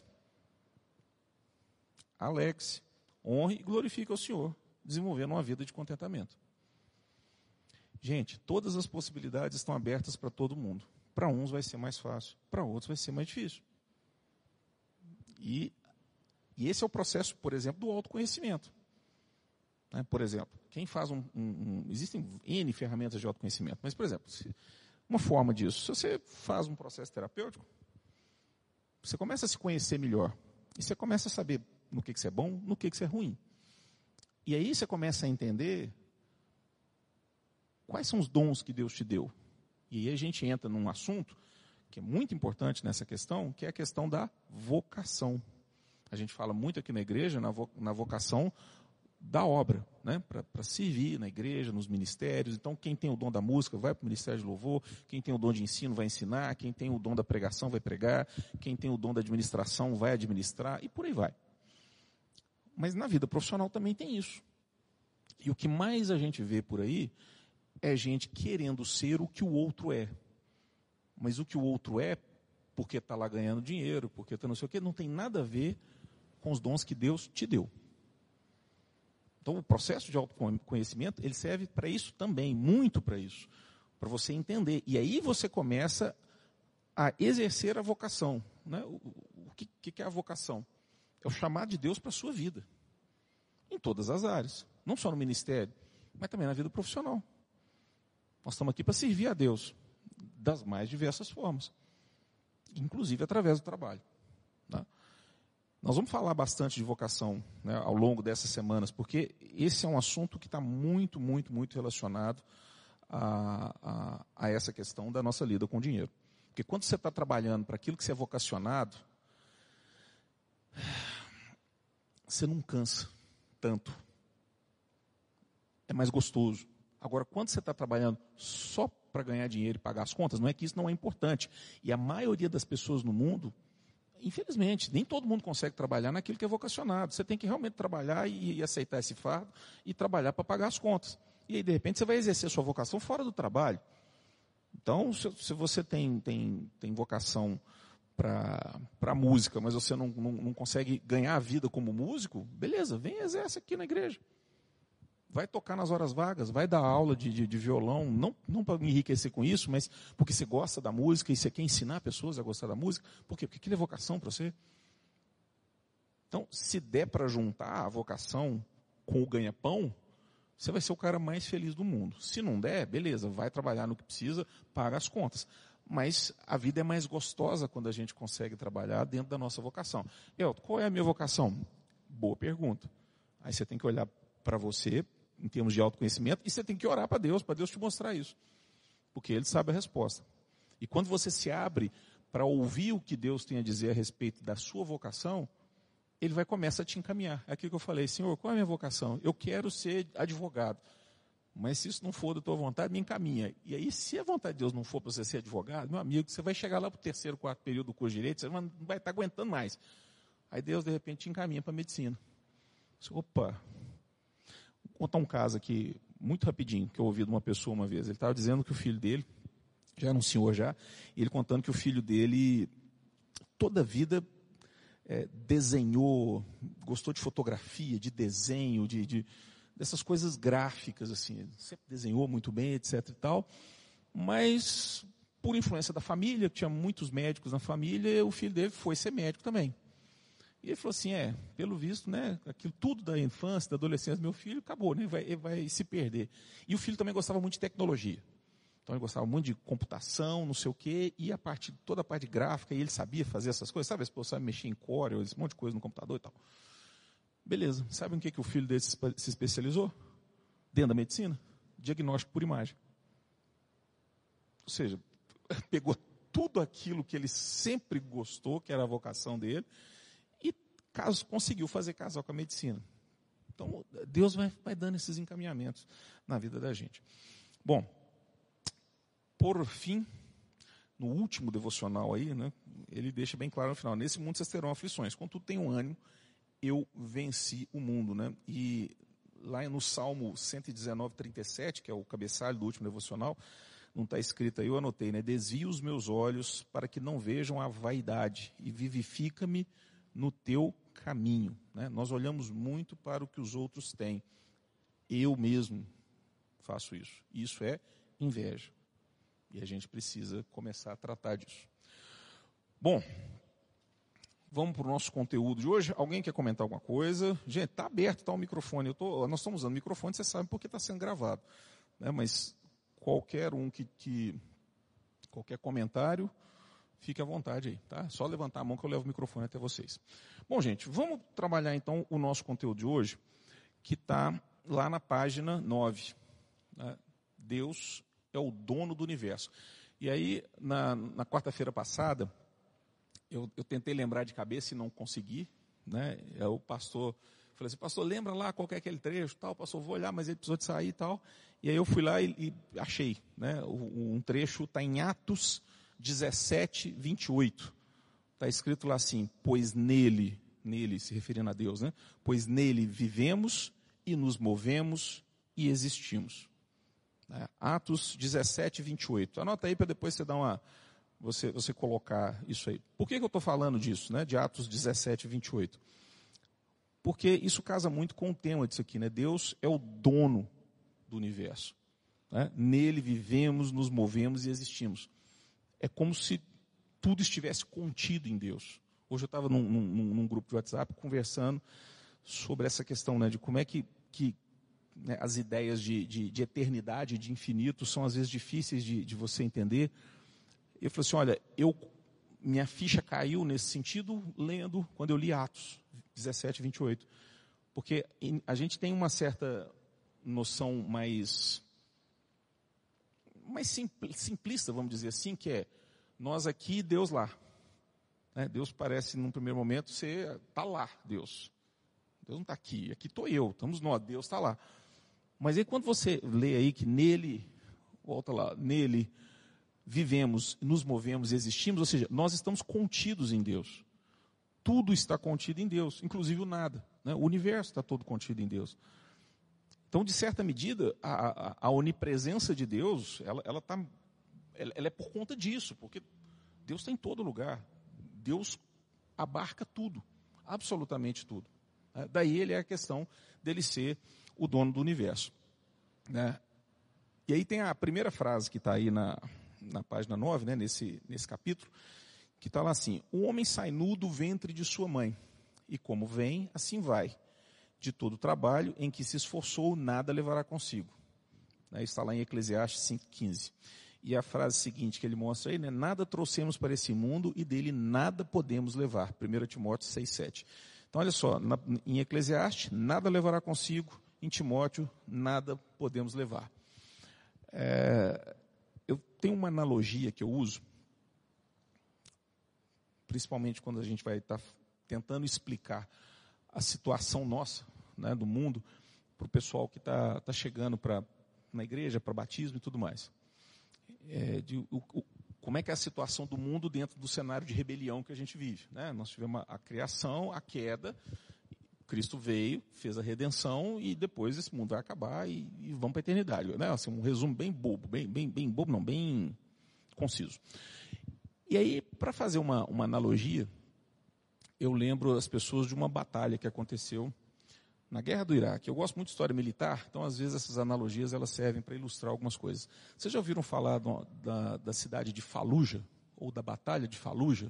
[SPEAKER 1] Alegre-se, honre e glorifique ao Senhor, desenvolvendo uma vida de contentamento. Gente, todas as possibilidades estão abertas para todo mundo. Para uns vai ser mais fácil, para outros vai ser mais difícil. E esse é o processo, por exemplo, do autoconhecimento. Né? Por exemplo, quem faz existem N ferramentas de autoconhecimento, mas, por exemplo, uma forma disso, se você faz um processo terapêutico, você começa a se conhecer melhor. E você começa a saber no que você é bom, no que você é ruim. E aí você começa a entender quais são os dons que Deus te deu. E aí a gente entra num assunto que é muito importante nessa questão, que é a questão da vocação. A gente fala muito aqui na igreja, na vocação da obra, né? Para servir na igreja, nos ministérios. Então, quem tem o dom da música vai para o ministério de louvor, quem tem o dom de ensino vai ensinar, quem tem o dom da pregação vai pregar, quem tem o dom da administração vai administrar, e por aí vai. Mas na vida profissional também tem isso. E o que mais a gente vê por aí é gente querendo ser o que o outro é. Mas o que o outro é, porque está lá ganhando dinheiro, porque está não sei o quê, não tem nada a ver com os dons que Deus te deu. Então o processo de autoconhecimento, ele serve para isso também, muito para isso. Para você entender. E aí você começa a exercer a vocação. Né? O que é a vocação? É o chamado de Deus para a sua vida. Em todas as áreas. Não só no ministério, mas também na vida profissional. Nós estamos aqui para servir a Deus das mais diversas formas. Inclusive através do trabalho. Tá? Nós vamos falar bastante de vocação, né, ao longo dessas semanas, porque esse é um assunto que está muito, muito, muito relacionado a essa questão da nossa lida com o dinheiro. Porque quando você está trabalhando para aquilo que você é vocacionado, você não cansa tanto. É mais gostoso. Agora, quando você está trabalhando só para ganhar dinheiro e pagar as contas, não é que isso não é importante. E a maioria das pessoas no mundo, infelizmente, nem todo mundo consegue trabalhar naquilo que é vocacionado. Você tem que realmente trabalhar e aceitar esse fardo e trabalhar para pagar as contas. E aí, de repente, você vai exercer sua vocação fora do trabalho. Então, se você tem vocação para música, mas você não consegue ganhar a vida como músico, beleza, vem e exerce aqui na igreja. Vai tocar nas horas vagas, vai dar aula de violão, não para me enriquecer com isso, mas porque você gosta da música e você quer ensinar pessoas a gostar da música. Por quê? Porque aquilo é vocação para você. Então, se der para juntar a vocação com o ganha-pão, você vai ser o cara mais feliz do mundo. Se não der, beleza, vai trabalhar no que precisa, paga as contas. Mas a vida é mais gostosa quando a gente consegue trabalhar dentro da nossa vocação. Elton, qual é a minha vocação? Boa pergunta. Aí você tem que olhar para você, em termos de autoconhecimento, e você tem que orar para Deus te mostrar isso. Porque Ele sabe a resposta. E quando você se abre para ouvir o que Deus tem a dizer a respeito da sua vocação, ele vai começar a te encaminhar. É aquilo que eu falei, Senhor, qual é a minha vocação? Eu quero ser advogado. Mas se isso não for da tua vontade, me encaminha. E aí, se a vontade de Deus não for para você ser advogado, meu amigo, você vai chegar lá para o 3º, 4º período do curso de Direito, você não vai estar aguentando mais. Aí Deus, de repente, te encaminha para a medicina. Opa, vou contar um caso aqui, muito rapidinho, que eu ouvi de uma pessoa uma vez. Ele estava dizendo que o filho dele, já era um senhor já, e ele contando que o filho dele, toda a vida, desenhou, gostou de fotografia, de desenho, dessas coisas gráficas, assim, sempre desenhou muito bem, etc. e tal, mas por influência da família, tinha muitos médicos na família, o filho dele foi ser médico também. E ele falou assim, pelo visto, né, aquilo tudo da infância, da adolescência do meu filho, acabou, né, vai se perder. E o filho também gostava muito de tecnologia. Então ele gostava muito de computação, não sei o quê, e toda a parte gráfica, e ele sabia fazer essas coisas, sabe? A esposa sabe mexer em Corel, esse monte de coisa no computador e tal. Beleza, sabe em que o filho dele se especializou? Dentro da medicina? Diagnóstico por imagem. Ou seja, pegou tudo aquilo que ele sempre gostou, que era a vocação dele, e conseguiu fazer casal com a medicina. Então, Deus vai dando esses encaminhamentos na vida da gente. Bom, por fim, no último devocional aí, né, ele deixa bem claro no final, nesse mundo vocês terão aflições, contudo tenham ânimo, eu venci o mundo, né? E lá no Salmo 119, 37, que é o cabeçalho do último devocional, não está escrito aí, eu anotei, né? Desvia os meus olhos para que não vejam a vaidade e vivifica-me no teu caminho, né? Nós olhamos muito para o que os outros têm. Eu mesmo faço isso. Isso é inveja. E a gente precisa começar a tratar disso. Bom, vamos para o nosso conteúdo de hoje. Alguém quer comentar alguma coisa? Gente, está aberto, está o microfone. Nós estamos usando o microfone, você sabe porque está sendo gravado. Né? Mas qualquer um qualquer comentário, fique à vontade aí. Tá? Só levantar a mão que eu levo o microfone até vocês. Bom, gente, vamos trabalhar então o nosso conteúdo de hoje, que está lá na página 9. Né? Deus é o dono do universo. E aí, na quarta-feira passada, eu tentei lembrar de cabeça e não consegui, né? O pastor falei assim, pastor, lembra lá qual que é aquele trecho, tal, pastor, vou olhar, mas ele precisou de sair e tal. E aí eu fui lá e achei, né? Um trecho está em Atos 17, 28. Está escrito lá assim, pois nele, se referindo a Deus, né? Pois nele vivemos e nos movemos e existimos. Atos 17, 28. Anota aí para depois você dar você colocar isso aí. Por que eu estou falando disso, né, de Atos 17, 28? Porque isso casa muito com o tema disso aqui, né? Deus é o dono do universo. Né? Nele vivemos, nos movemos e existimos. É como se tudo estivesse contido em Deus. Hoje eu estava num grupo de WhatsApp conversando sobre essa questão, né, de como é que né, as ideias de eternidade, de infinito, são às vezes difíceis de você entender. Eu falei assim, olha, minha ficha caiu nesse sentido lendo, quando eu li Atos 17, 28. Porque a gente tem uma certa noção mais simplista, vamos dizer assim, que é nós aqui, Deus lá. Né? Deus parece, num primeiro momento, está lá, Deus. Deus não está aqui, aqui estou eu, estamos nós, Deus está lá. Mas aí quando você lê aí que nele, volta lá, nele vivemos, nos movemos e existimos, ou seja, nós estamos contidos em Deus. Tudo está contido em Deus, inclusive o nada. Né? O universo está todo contido em Deus. Então, de certa medida, a onipresença de Deus, ela é por conta disso, porque Deus está em todo lugar. Deus abarca tudo, absolutamente tudo. Daí ele é a questão dele ser o dono do universo. Né? E aí tem a primeira frase que está aí na página 9, né, nesse capítulo, que está lá assim, o homem sai nu do ventre de sua mãe, e como vem, assim vai. De todo o trabalho em que se esforçou, nada levará consigo. Né, está lá em Eclesiastes 5,15. E a frase seguinte que ele mostra aí, né, nada trouxemos para esse mundo e dele nada podemos levar. 1 Timóteo 6,7. Então, olha só, em Eclesiastes, nada levará consigo, em Timóteo, nada podemos levar. Eu tenho uma analogia que eu uso, principalmente quando a gente vai estar tentando explicar a situação nossa, né, do mundo, para o pessoal que está chegando na igreja, para batismo e tudo mais. Como é que é a situação do mundo dentro do cenário de rebelião que a gente vive, né? Nós tivemos a criação, a queda, Cristo veio, fez a redenção e depois esse mundo vai acabar e vamos para a eternidade, né? Assim, um resumo bem bobo, bem bobo não, bem conciso. E aí, para fazer uma analogia, eu lembro as pessoas de uma batalha que aconteceu na Guerra do Iraque. Eu gosto muito de história militar, então às vezes essas analogias elas servem para ilustrar algumas coisas. Vocês já ouviram falar da cidade de Fallujah, ou da Batalha de Fallujah?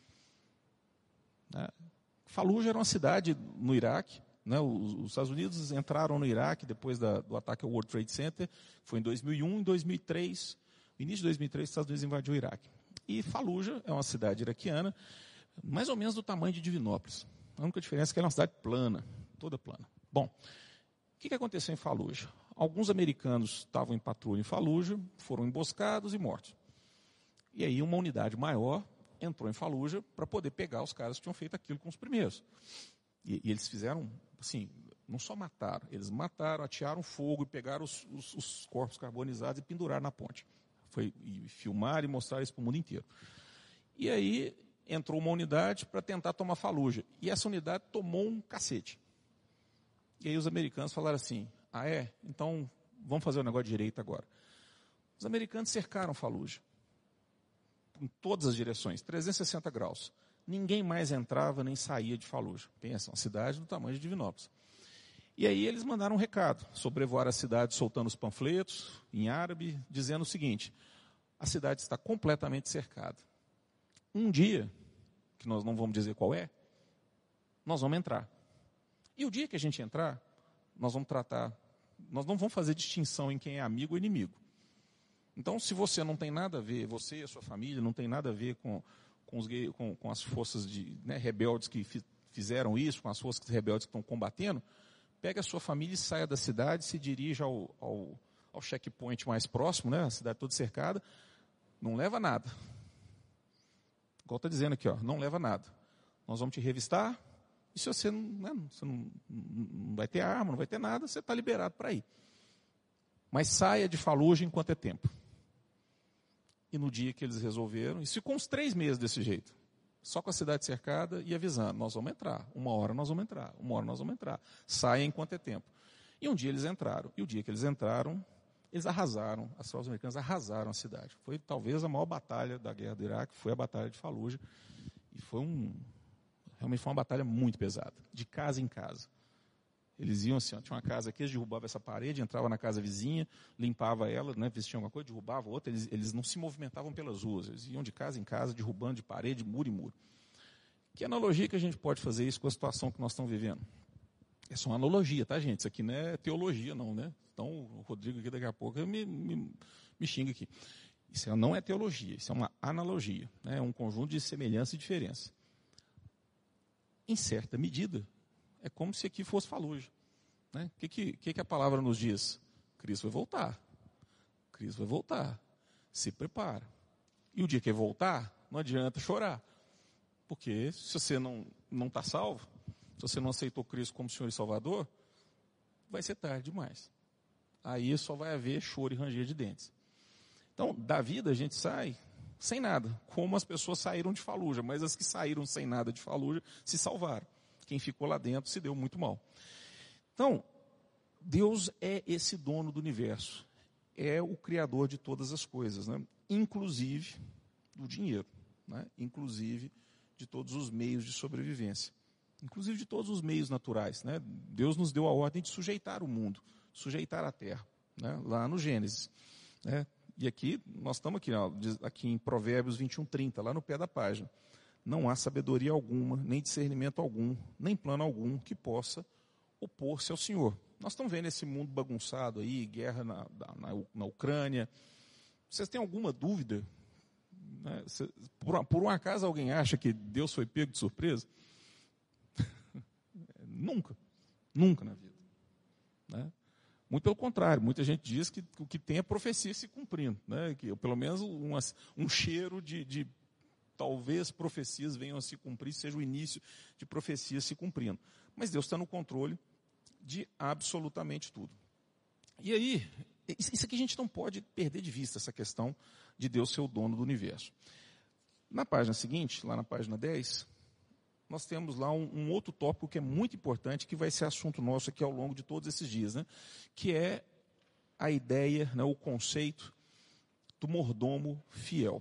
[SPEAKER 1] Fallujah era uma cidade no Iraque, né? Os Estados Unidos entraram no Iraque depois do ataque ao World Trade Center, foi em 2001, em 2003, no início de 2003, os Estados Unidos invadiu o Iraque. E Fallujah é uma cidade iraquiana, mais ou menos do tamanho de Divinópolis. A única diferença é que ela é uma cidade plana, toda plana. Bom, o que aconteceu em Fallujah? Alguns americanos estavam em patrulha em Fallujah, foram emboscados e mortos. E aí uma unidade maior entrou em Fallujah para poder pegar os caras que tinham feito aquilo com os primeiros. E eles fizeram, assim, não só mataram, eles mataram, atearam fogo e pegaram os corpos carbonizados e penduraram na ponte. E filmaram e mostraram isso para o mundo inteiro. E aí entrou uma unidade para tentar tomar Fallujah. E essa unidade tomou um cacete. E aí os americanos falaram assim, então vamos fazer o negócio direito agora. Os americanos cercaram Fallujah, em todas as direções, 360 graus. Ninguém mais entrava nem saía de Fallujah. Pensa, uma cidade do tamanho de Divinópolis. E aí eles mandaram um recado, sobrevoaram a cidade soltando os panfletos em árabe, dizendo o seguinte, a cidade está completamente cercada. Um dia, que nós não vamos dizer qual é, nós vamos entrar. E o dia que a gente entrar, nós não vamos fazer distinção em quem é amigo ou inimigo. Então, se você não tem nada a ver, você e a sua família não tem nada a ver com as forças rebeldes que fizeram isso, com as forças rebeldes que estão combatendo, pega a sua família e saia da cidade, se dirija ao checkpoint mais próximo, né, a cidade toda cercada, não leva nada. Igual está dizendo aqui, não leva nada. Nós vamos te revistar, e se você não vai ter arma, não vai ter nada, você está liberado para ir. Mas saia de Fallujah enquanto é tempo. E no dia que eles resolveram, e ficou uns 3 meses desse jeito, só com a cidade cercada e avisando, nós vamos entrar, uma hora nós vamos entrar, saia enquanto é tempo. E um dia eles entraram, e o dia que eles entraram, eles arrasaram, as tropas americanas arrasaram a cidade. Foi talvez a maior batalha da Guerra do Iraque, foi a Batalha de Fallujah, e realmente foi uma batalha muito pesada, de casa em casa. Eles iam assim, tinha uma casa aqui, eles derrubavam essa parede, entravam na casa vizinha, limpava ela, vestiam alguma coisa, derrubavam outra, eles não se movimentavam pelas ruas, eles iam de casa em casa, derrubando de parede, muro em muro. Que analogia que a gente pode fazer isso com a situação que nós estamos vivendo? É só uma analogia, tá, gente? Isso aqui não é teologia, não, né? Então, o Rodrigo aqui daqui a pouco me xinga aqui. Isso não é teologia, isso é uma analogia, né? É um conjunto de semelhança e diferença. Em certa medida, é como se aqui fosse Fallujah. Né? O que a palavra nos diz? Cristo vai voltar. Cristo vai voltar. Se prepara. E o dia que ele voltar, não adianta chorar. Porque se você não está salvo, se você não aceitou Cristo como Senhor e Salvador, vai ser tarde demais. Aí só vai haver choro e ranger de dentes. Então, da vida a gente sai sem nada, como as pessoas saíram de Fallujah, mas as que saíram sem nada de Fallujah se salvaram. Quem ficou lá dentro se deu muito mal. Então, Deus é esse dono do universo, é o criador de todas as coisas, né? Inclusive do dinheiro, né? Inclusive de todos os meios de sobrevivência, inclusive de todos os meios naturais, né? Deus nos deu a ordem de sujeitar o mundo, sujeitar a terra, né? Lá no Gênesis, né? E aqui, nós estamos aqui em Provérbios 21:30, lá no pé da página. Não há sabedoria alguma, nem discernimento algum, nem plano algum que possa opor-se ao Senhor. Nós estamos vendo esse mundo bagunçado aí, guerra na Ucrânia. Vocês têm alguma dúvida? Né? Por um acaso alguém acha que Deus foi pego de surpresa? Nunca. Nunca na vida. Né? Muito pelo contrário, muita gente diz que o que tem é profecia se cumprindo. Né? Que, pelo menos um cheiro de talvez profecias venham a se cumprir, seja o início de profecias se cumprindo. Mas Deus está no controle de absolutamente tudo. E aí, isso aqui a gente não pode perder de vista, essa questão de Deus ser o dono do universo. Na página seguinte, lá na página 10, nós temos lá um outro tópico que é muito importante, que vai ser assunto nosso aqui ao longo de todos esses dias, né? Que é a ideia, né, o conceito do mordomo fiel.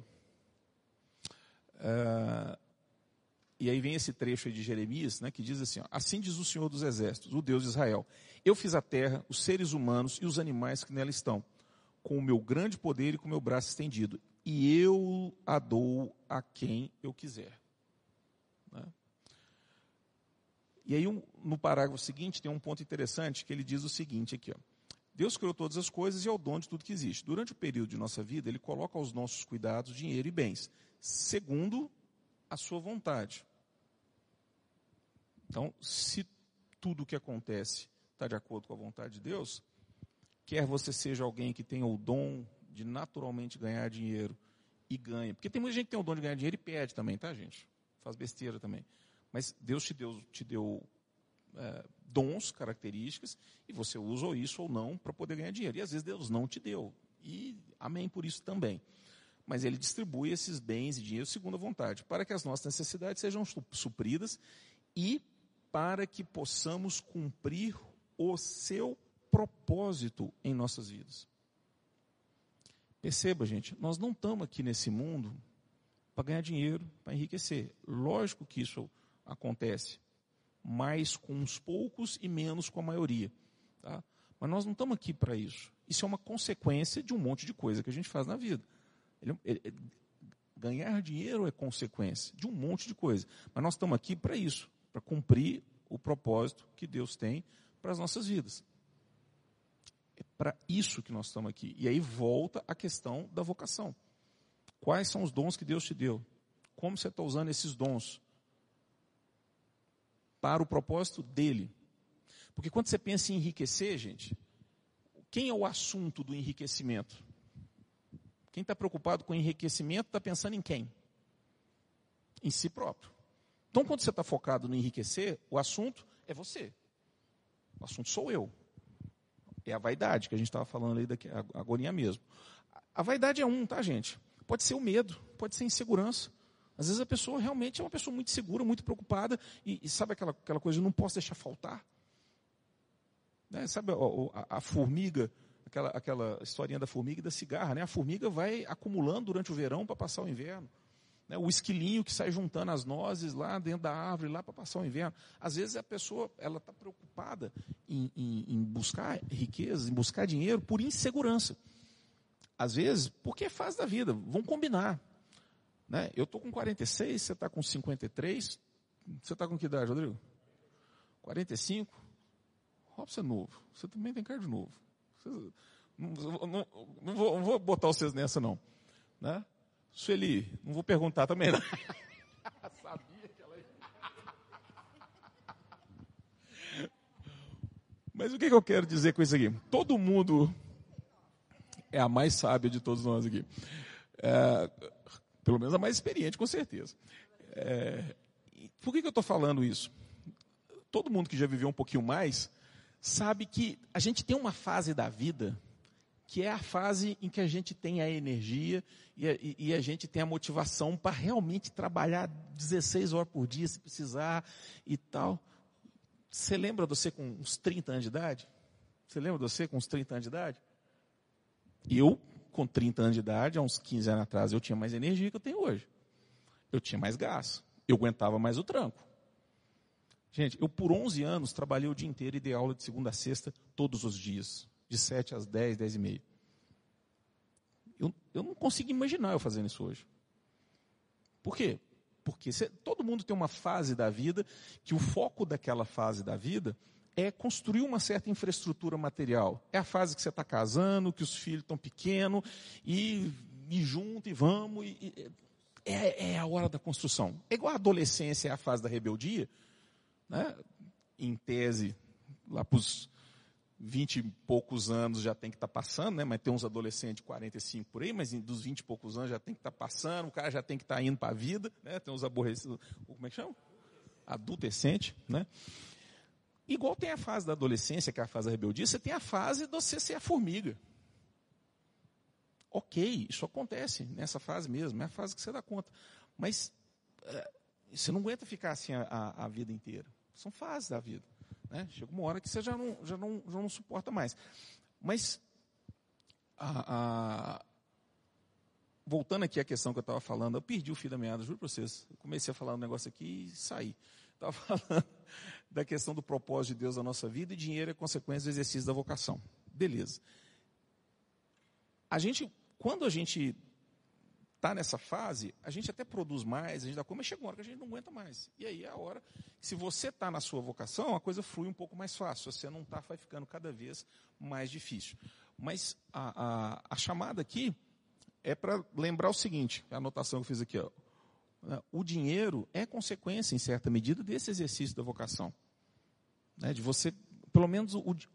[SPEAKER 1] E aí vem esse trecho aí de Jeremias, né, que diz assim, ó, assim diz o Senhor dos Exércitos, o Deus de Israel, eu fiz a terra, os seres humanos e os animais que nela estão, com o meu grande poder e com o meu braço estendido, e eu a dou a quem eu quiser. Né? E aí no parágrafo seguinte tem um ponto interessante, que ele diz o seguinte aqui, ó, Deus criou todas as coisas e é o dono de tudo que existe. Durante o período de nossa vida, Ele coloca aos nossos cuidados dinheiro e bens, segundo a sua vontade. Então, se tudo o que acontece está de acordo com a vontade de Deus, quer você seja alguém que tenha o dom de naturalmente ganhar dinheiro e ganha. Porque tem muita gente que tem o dom de ganhar dinheiro e perde também, tá, gente? Faz besteira também. Mas Deus te deu dons, características, e você usa isso ou não para poder ganhar dinheiro. E às vezes Deus não te deu. E amém por isso também. Mas Ele distribui esses bens e dinheiro segundo a vontade, para que as nossas necessidades sejam supridas e para que possamos cumprir o seu propósito em nossas vidas. Perceba, gente, nós não estamos aqui nesse mundo para ganhar dinheiro, para enriquecer. Lógico que isso acontece, mais com uns poucos e menos com a maioria. Tá? Mas nós não estamos aqui para isso. Isso é uma consequência de um monte de coisa que a gente faz na vida. Ganhar dinheiro é consequência de um monte de coisa. Mas nós estamos aqui para isso, para cumprir o propósito que Deus tem para as nossas vidas. É para isso que nós estamos aqui. E aí volta a questão da vocação. Quais são os dons que Deus te deu? Como você está usando esses dons para o propósito dele? Porque quando você pensa em enriquecer, gente, quem é o assunto do enriquecimento? Quem está preocupado com o enriquecimento está pensando em quem? Em si próprio. Então, quando você está focado no enriquecer, o assunto é você. O assunto sou eu. É a vaidade, que a gente estava falando aí agora mesmo. A vaidade é tá, gente? Pode ser o medo, pode ser a insegurança. Às vezes a pessoa realmente é uma pessoa muito segura, muito preocupada, e sabe aquela coisa, eu não posso deixar faltar? Né? Sabe a formiga, aquela historinha da formiga e da cigarra, né? A formiga vai acumulando durante o verão para passar o inverno. Né? O esquilinho que sai juntando as nozes lá dentro da árvore lá para passar o inverno. Às vezes a pessoa está preocupada em buscar riqueza, em buscar dinheiro por insegurança. Às vezes, porque é fase da vida, vamos combinar. Né? Eu estou com 46, você está com 53. Você está com que idade, Rodrigo? 45? Robson é novo. Você também tem cara de novo. Não vou botar vocês nessa, não. Né? Sueli, não vou perguntar também, não. Sabia que ela ia... Mas o que eu quero dizer com isso aqui? Todo mundo é a mais sábia de todos nós aqui. Pelo menos a mais experiente, com certeza. Por que eu estou falando isso? Todo mundo que já viveu um pouquinho mais sabe que a gente tem uma fase da vida que é a fase em que a gente tem a energia e a gente tem a motivação para realmente trabalhar 16 horas por dia, se precisar e tal. Você lembra de você com uns 30 anos de idade? Você lembra de você com uns 30 anos de idade? Eu, com 30 anos de idade, há uns 15 anos atrás, eu tinha mais energia que eu tenho hoje. Eu tinha mais gás. Eu aguentava mais o tranco. Gente, eu por 11 anos trabalhei o dia inteiro e dei aula de segunda a sexta todos os dias. De 7 às 10, 10 e meia. Eu não consigo imaginar eu fazendo isso hoje. Por quê? Porque todo mundo tem uma fase da vida que o foco daquela fase da vida é construir uma certa infraestrutura material. É a fase que você está casando, que os filhos estão pequenos, e junto, e vamos. É a hora da construção. É igual a adolescência, é a fase da rebeldia. Né? Em tese, lá para os 20 e poucos anos já tem que estar passando, né? Mas tem uns adolescentes de 45 por aí, mas dos 20 e poucos anos já tem que estar passando, o cara já tem que estar indo para a vida, né? Tem uns aborrecidos, como é que chama? Adolescente, né? Igual tem a fase da adolescência, que é a fase da rebeldia, você tem a fase de você ser a formiga. Ok, isso acontece nessa fase mesmo, é a fase que você dá conta. Mas você não aguenta ficar assim a vida inteira. São fases da vida. Né? Chega uma hora que você já não suporta mais. Mas, voltando aqui à questão que eu estava falando, eu perdi o fio da meada, juro para vocês. Eu comecei a falar um negócio aqui e saí. Estava falando da questão do propósito de Deus na nossa vida, e dinheiro é consequência do exercício da vocação. Beleza. Quando a gente está nessa fase, a gente até produz mais, a gente dá conta, mas chega uma hora que a gente não aguenta mais. E aí é a hora, se você está na sua vocação, a coisa flui um pouco mais fácil. Se você não está, vai ficando cada vez mais difícil. Mas a chamada aqui é para lembrar o seguinte, a anotação que eu fiz aqui, ó. O dinheiro é consequência, em certa medida, desse exercício da vocação. Né? De você, pelo menos,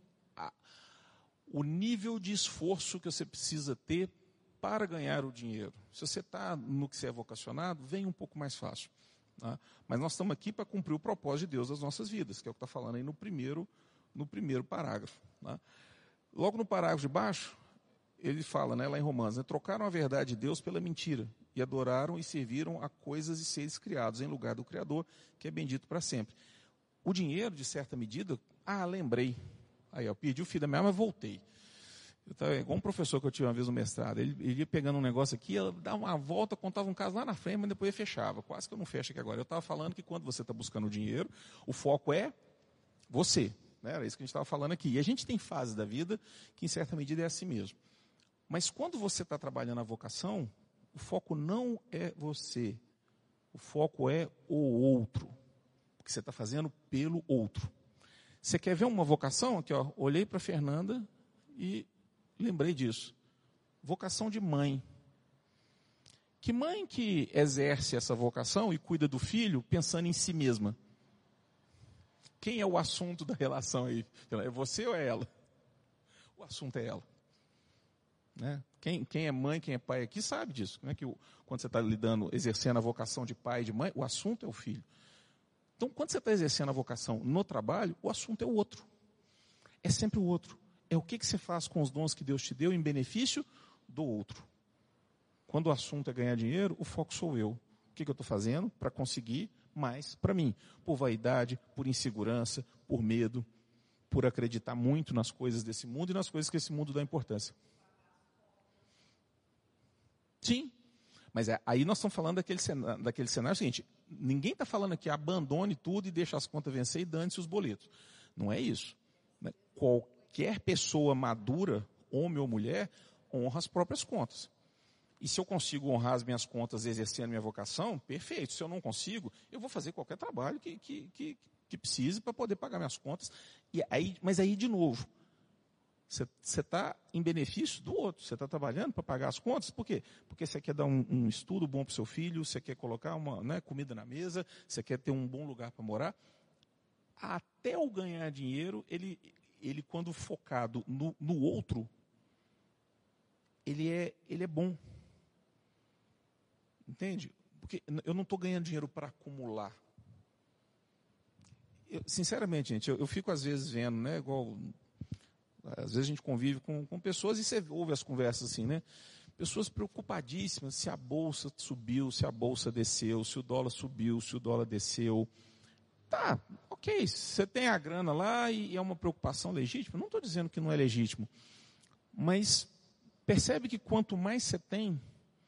[SPEAKER 1] o nível de esforço que você precisa ter para ganhar o dinheiro. Se você está no que você é vocacionado, vem um pouco mais fácil. Tá? Mas nós estamos aqui para cumprir o propósito de Deus das nossas vidas, que é o que está falando aí no primeiro parágrafo. Tá? Logo no parágrafo de baixo, ele fala, né, lá em Romanos, né, trocaram a verdade de Deus pela mentira, e adoraram e serviram a coisas e seres criados, em lugar do Criador, que é bendito para sempre. O dinheiro, de certa medida, lembrei. Aí, eu perdi o fio da meada, mas voltei. Igual um professor que eu tive uma vez no mestrado, ele ia pegando um negócio aqui, ela dava uma volta, contava um caso lá na frente, mas depois ele fechava. Quase que eu não fecho aqui agora. Eu estava falando que quando você está buscando dinheiro, o foco é você. Né? Era isso que a gente estava falando aqui. E a gente tem fases da vida que, em certa medida, é assim mesmo. Mas quando você está trabalhando a vocação, o foco não é você. O foco é o outro. O que você está fazendo pelo outro. Você quer ver uma vocação? Aqui, ó, olhei para a Fernanda e lembrei disso. Vocação de mãe. Que mãe que exerce essa vocação e cuida do filho pensando em si mesma? Quem é o assunto da relação aí? É você ou é ela? O assunto é ela. Né? Quem é mãe, quem é pai aqui sabe disso. Né? Que quando você está exercendo a vocação de pai e de mãe, o assunto é o filho. Então, quando você está exercendo a vocação no trabalho, o assunto é o outro. É sempre o outro. É o que você faz com os dons que Deus te deu em benefício do outro. Quando o assunto é ganhar dinheiro, o foco sou eu. O que eu estou fazendo para conseguir mais para mim? Por vaidade, por insegurança, por medo, por acreditar muito nas coisas desse mundo e nas coisas que esse mundo dá importância. Sim, mas aí nós estamos falando daquele cenário seguinte, ninguém está falando aqui abandone tudo e deixe as contas vencer e dane-se os boletos. Não é isso. Né? Qualquer pessoa madura, homem ou mulher, honra as próprias contas. E se eu consigo honrar as minhas contas exercendo minha vocação, perfeito. Se eu não consigo, eu vou fazer qualquer trabalho que precise para poder pagar minhas contas. Mas aí, de novo, você está em benefício do outro. Você está trabalhando para pagar as contas. Por quê? Porque você quer dar um estudo bom para o seu filho, você quer colocar comida na mesa, você quer ter um bom lugar para morar. Até o ganhar dinheiro, ele quando focado no outro, ele é bom. Entende? Porque eu não estou ganhando dinheiro para acumular. Sinceramente, gente, eu fico às vezes vendo, né, igual... Às vezes a gente convive com pessoas e você ouve as conversas assim, né? Pessoas preocupadíssimas se a bolsa subiu, se a bolsa desceu, se o dólar subiu, se o dólar desceu. Tá, ok, você tem a grana lá e é uma preocupação legítima. Não estou dizendo que não é legítimo. Mas percebe que quanto mais você tem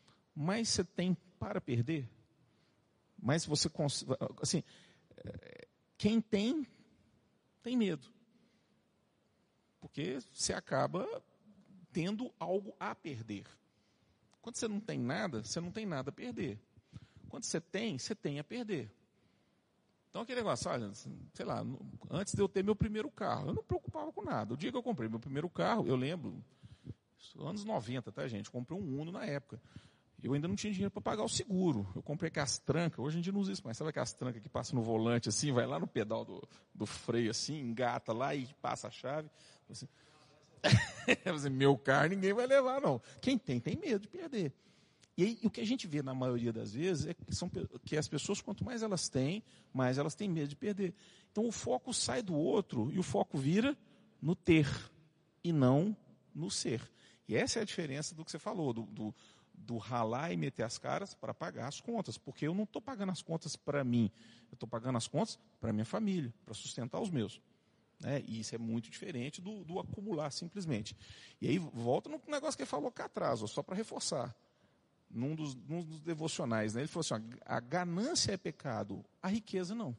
[SPEAKER 1] para perder. Mais você assim, quem tem medo. Porque você acaba tendo algo a perder. Quando você não tem nada, você não tem nada a perder. Quando você tem a perder. Então aquele negócio, olha, sei lá, antes de eu ter meu primeiro carro, eu não me preocupava com nada. O dia que eu comprei meu primeiro carro, eu lembro, anos 90, tá, gente? Eu comprei um Uno na época. Eu ainda não tinha dinheiro para pagar o seguro. Eu comprei aquelas trancas, hoje a gente não usa isso mais. Sabe aquelas trancas que passam no volante assim, vai lá no pedal do freio assim, engata lá e passa a chave. Assim, meu carro ninguém vai levar, não. Quem tem medo de perder. E aí, o que a gente vê na maioria das vezes é que as pessoas, quanto mais elas têm medo de perder. Então o foco sai do outro e o foco vira no ter e não no ser. E essa é a diferença do que você falou, do ralar e meter as caras para pagar as contas. Porque eu não estou pagando as contas para mim, eu estou pagando as contas para minha família, para sustentar os meus. E isso é muito diferente do acumular simplesmente. E aí volta no negócio que ele falou cá atrás, só para reforçar. Num dos devocionais, né? Ele falou assim, a ganância é pecado, a riqueza não.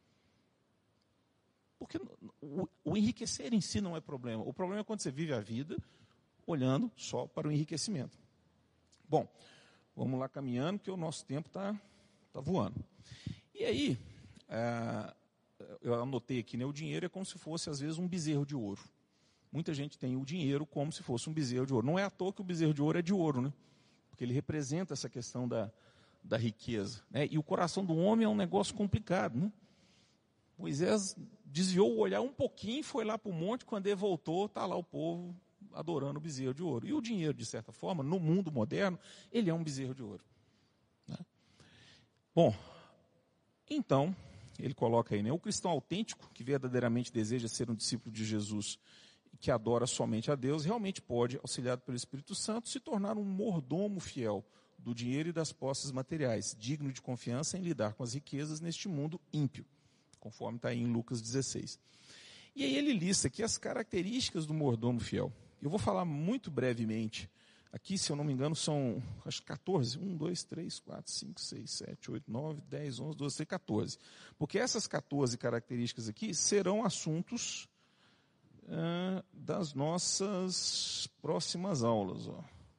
[SPEAKER 1] Porque o enriquecer em si não é problema. O problema é quando você vive a vida olhando só para o enriquecimento. Bom, vamos lá caminhando, que o nosso tempo está voando. E aí, eu anotei aqui, né, o dinheiro é como se fosse, às vezes, um bezerro de ouro. Muita gente tem o dinheiro como se fosse um bezerro de ouro. Não é à toa que o bezerro de ouro é de ouro, né? Porque ele representa essa questão da riqueza. Né? E o coração do homem é um negócio complicado. Né? Moisés desviou o olhar um pouquinho, foi lá para o monte, quando ele voltou, está lá o povo adorando o bezerro de ouro. E o dinheiro, de certa forma, no mundo moderno, ele é um bezerro de ouro. Né? Bom, então, ele coloca aí, né, o cristão autêntico, que verdadeiramente deseja ser um discípulo de Jesus, que adora somente a Deus, realmente pode, auxiliado pelo Espírito Santo, se tornar um mordomo fiel do dinheiro e das posses materiais, digno de confiança em lidar com as riquezas neste mundo ímpio, conforme está aí em Lucas 16. E aí ele lista aqui as características do mordomo fiel. Eu vou falar muito brevemente. Aqui, se eu não me engano, são, acho que 14. 1, 2, 3, 4, 5, 6, 7, 8, 9, 10, 11, 12, 13, 14. Porque essas 14 características aqui serão assuntos das nossas próximas aulas.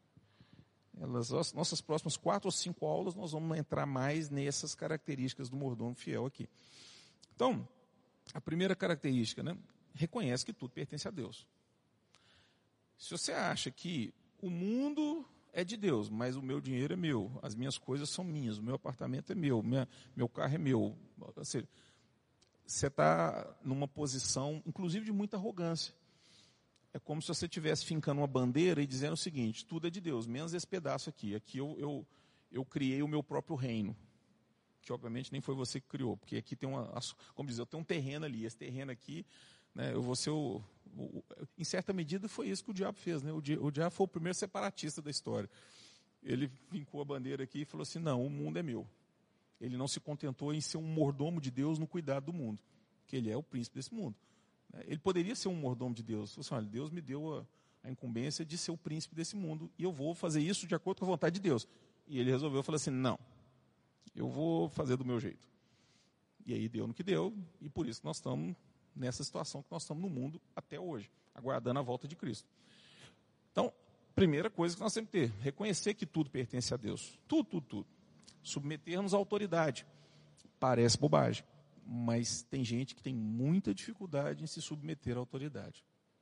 [SPEAKER 1] As nossas próximas 4 ou 5 aulas, nós vamos entrar mais nessas características do mordomo fiel aqui. Então, a primeira característica, né, reconhece que tudo pertence a Deus. Se você acha que o mundo é de Deus, mas o meu dinheiro é meu, as minhas coisas são minhas, o meu apartamento é meu, meu carro é meu, ou seja, você está numa posição, inclusive, de muita arrogância. É como se você estivesse fincando uma bandeira e dizendo o seguinte, tudo é de Deus, menos esse pedaço aqui. Aqui eu criei o meu próprio reino, que obviamente nem foi você que criou, porque aqui tem como dizer, eu tenho um terreno ali, esse terreno aqui, né, eu vou ser em certa medida foi isso que o diabo fez. Né? O diabo foi o primeiro separatista da história. Ele fincou a bandeira aqui e falou assim, não, o mundo é meu. Ele não se contentou em ser um mordomo de Deus no cuidado do mundo, que ele é o príncipe desse mundo. Ele poderia ser um mordomo de Deus. Ele falou assim, olha, Deus me deu a incumbência de ser o príncipe desse mundo e eu vou fazer isso de acordo com a vontade de Deus. E ele resolveu falar assim, não, eu vou fazer do meu jeito. E aí deu no que deu, e por isso nós estamos nessa situação que nós estamos no mundo até hoje, aguardando a volta de Cristo. Então, primeira coisa que nós temos que ter, reconhecer que tudo pertence a Deus. Tudo. Submetermos à autoridade. Parece bobagem, mas tem gente que tem muita dificuldade em se submeter à autoridade.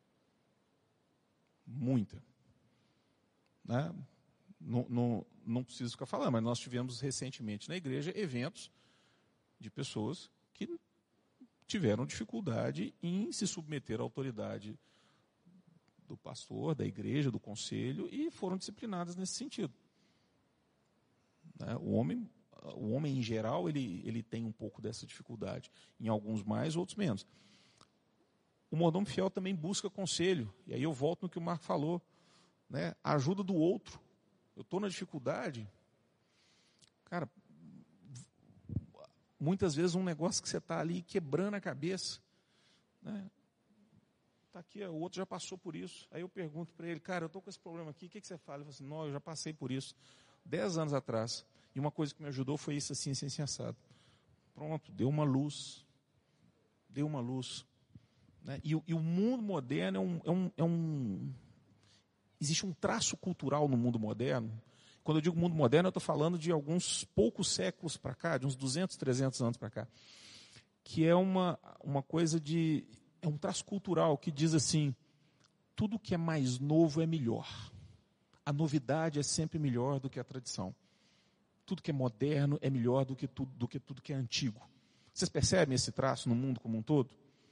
[SPEAKER 1] Muita. Né? Não preciso ficar falando, mas nós tivemos recentemente na igreja eventos de pessoas que tiveram dificuldade em se submeter à autoridade do pastor, da igreja, do conselho, e foram disciplinadas nesse sentido. O homem em geral, ele tem um pouco dessa dificuldade, em alguns mais, outros menos. O mordomo fiel também busca conselho, e aí eu volto no que o Marco falou, né? A ajuda do outro. Eu estou na dificuldade, cara, muitas vezes um negócio que você está ali quebrando a cabeça, né? Está aqui, o outro já passou por isso. Aí eu pergunto para ele, cara, eu estou com esse problema aqui, o que você fala? Ele fala assim, não, eu já passei por isso 10 anos atrás. E uma coisa que me ajudou foi isso, assim assado. Pronto, deu uma luz. Né? E o mundo moderno existe um traço cultural no mundo moderno. Quando eu digo mundo moderno, eu estou falando de alguns poucos séculos para cá, de uns 200, 300 anos para cá. Que é uma coisa de... É um traço cultural que diz assim, tudo que é mais novo é melhor. A novidade é sempre melhor do que a tradição. Tudo que é moderno é melhor do que tudo que é antigo. Vocês percebem esse traço no mundo como um todo?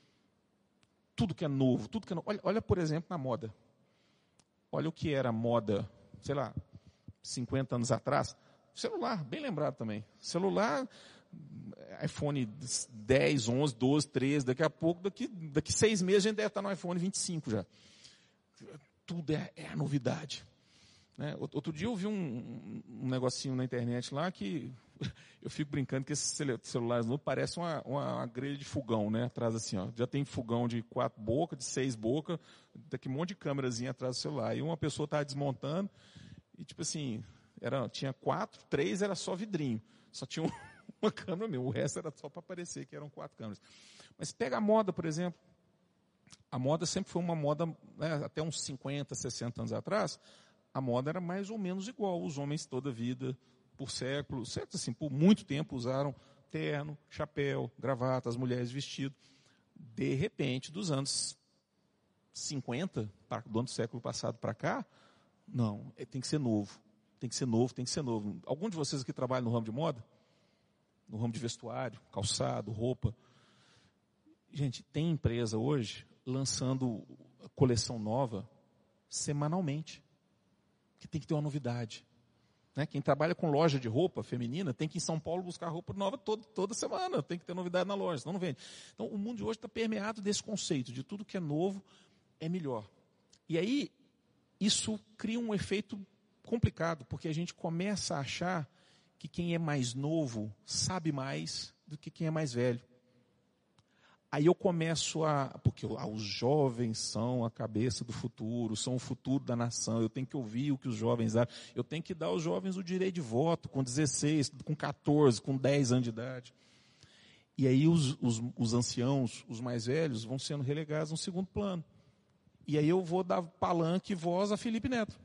[SPEAKER 1] Tudo que é novo, tudo que é novo. Olha, por exemplo, na moda. Olha o que era moda, sei lá, 50 anos atrás. Celular, bem lembrado também. Celular, iPhone 10, 11, 12, 13, daqui a pouco, daqui 6 meses a gente deve estar no iPhone 25 já. Tudo é a novidade. Né? Outro dia eu vi um negocinho na internet lá que eu fico brincando que esses celulares novos parecem uma grelha de fogão, né? Atrás assim, ó. Já tem fogão de 4 bocas, de 6 bocas, daqui um monte de câmerazinha atrás do celular. E uma pessoa estava desmontando e tipo assim, tinha 4, 3 era só vidrinho. Só tinha uma câmera mesmo, o resto era só para parecer que eram 4 câmeras. Mas pega a moda, por exemplo. A moda sempre foi uma moda, né, até uns 50, 60 anos atrás, a moda era mais ou menos igual. Os homens toda a vida, por séculos, certo? Assim, por muito tempo usaram terno, chapéu, gravata, as mulheres vestido. De repente, dos anos 50, do ano do século passado para cá, não, tem que ser novo. Tem que ser novo, tem que ser novo. Algum de vocês aqui trabalha no ramo de moda? No ramo de vestuário, calçado, roupa? Gente, tem empresa hoje lançando coleção nova semanalmente. Que tem que ter uma novidade. Né? Quem trabalha com loja de roupa feminina tem que ir em São Paulo buscar roupa nova toda semana. Tem que ter novidade na loja, senão não vende. Então, o mundo de hoje está permeado desse conceito de tudo que é novo é melhor. E aí, isso cria um efeito complicado, porque a gente começa a achar que quem é mais novo sabe mais do que quem é mais velho. Aí eu começo porque os jovens são a cabeça do futuro, são o futuro da nação, eu tenho que ouvir o que os jovens acham, eu tenho que dar aos jovens o direito de voto, com 16, com 14, com 10 anos de idade. E aí os anciãos, os mais velhos, vão sendo relegados a um segundo plano. E aí eu vou dar palanque e voz a Felipe Neto.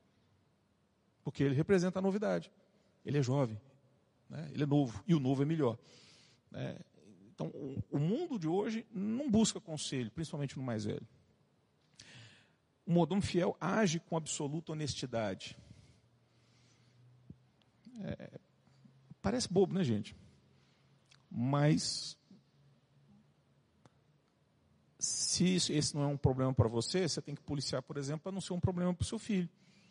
[SPEAKER 1] Porque ele representa a novidade. Ele é jovem, né? Ele é novo, e o novo é melhor. Então, o mundo de hoje não busca conselho, principalmente no mais velho. O mordomo fiel age com absoluta honestidade. Parece bobo, né, gente? Mas, se esse não é um problema para você, você tem que policiar, por exemplo, para não ser um problema para o seu filho.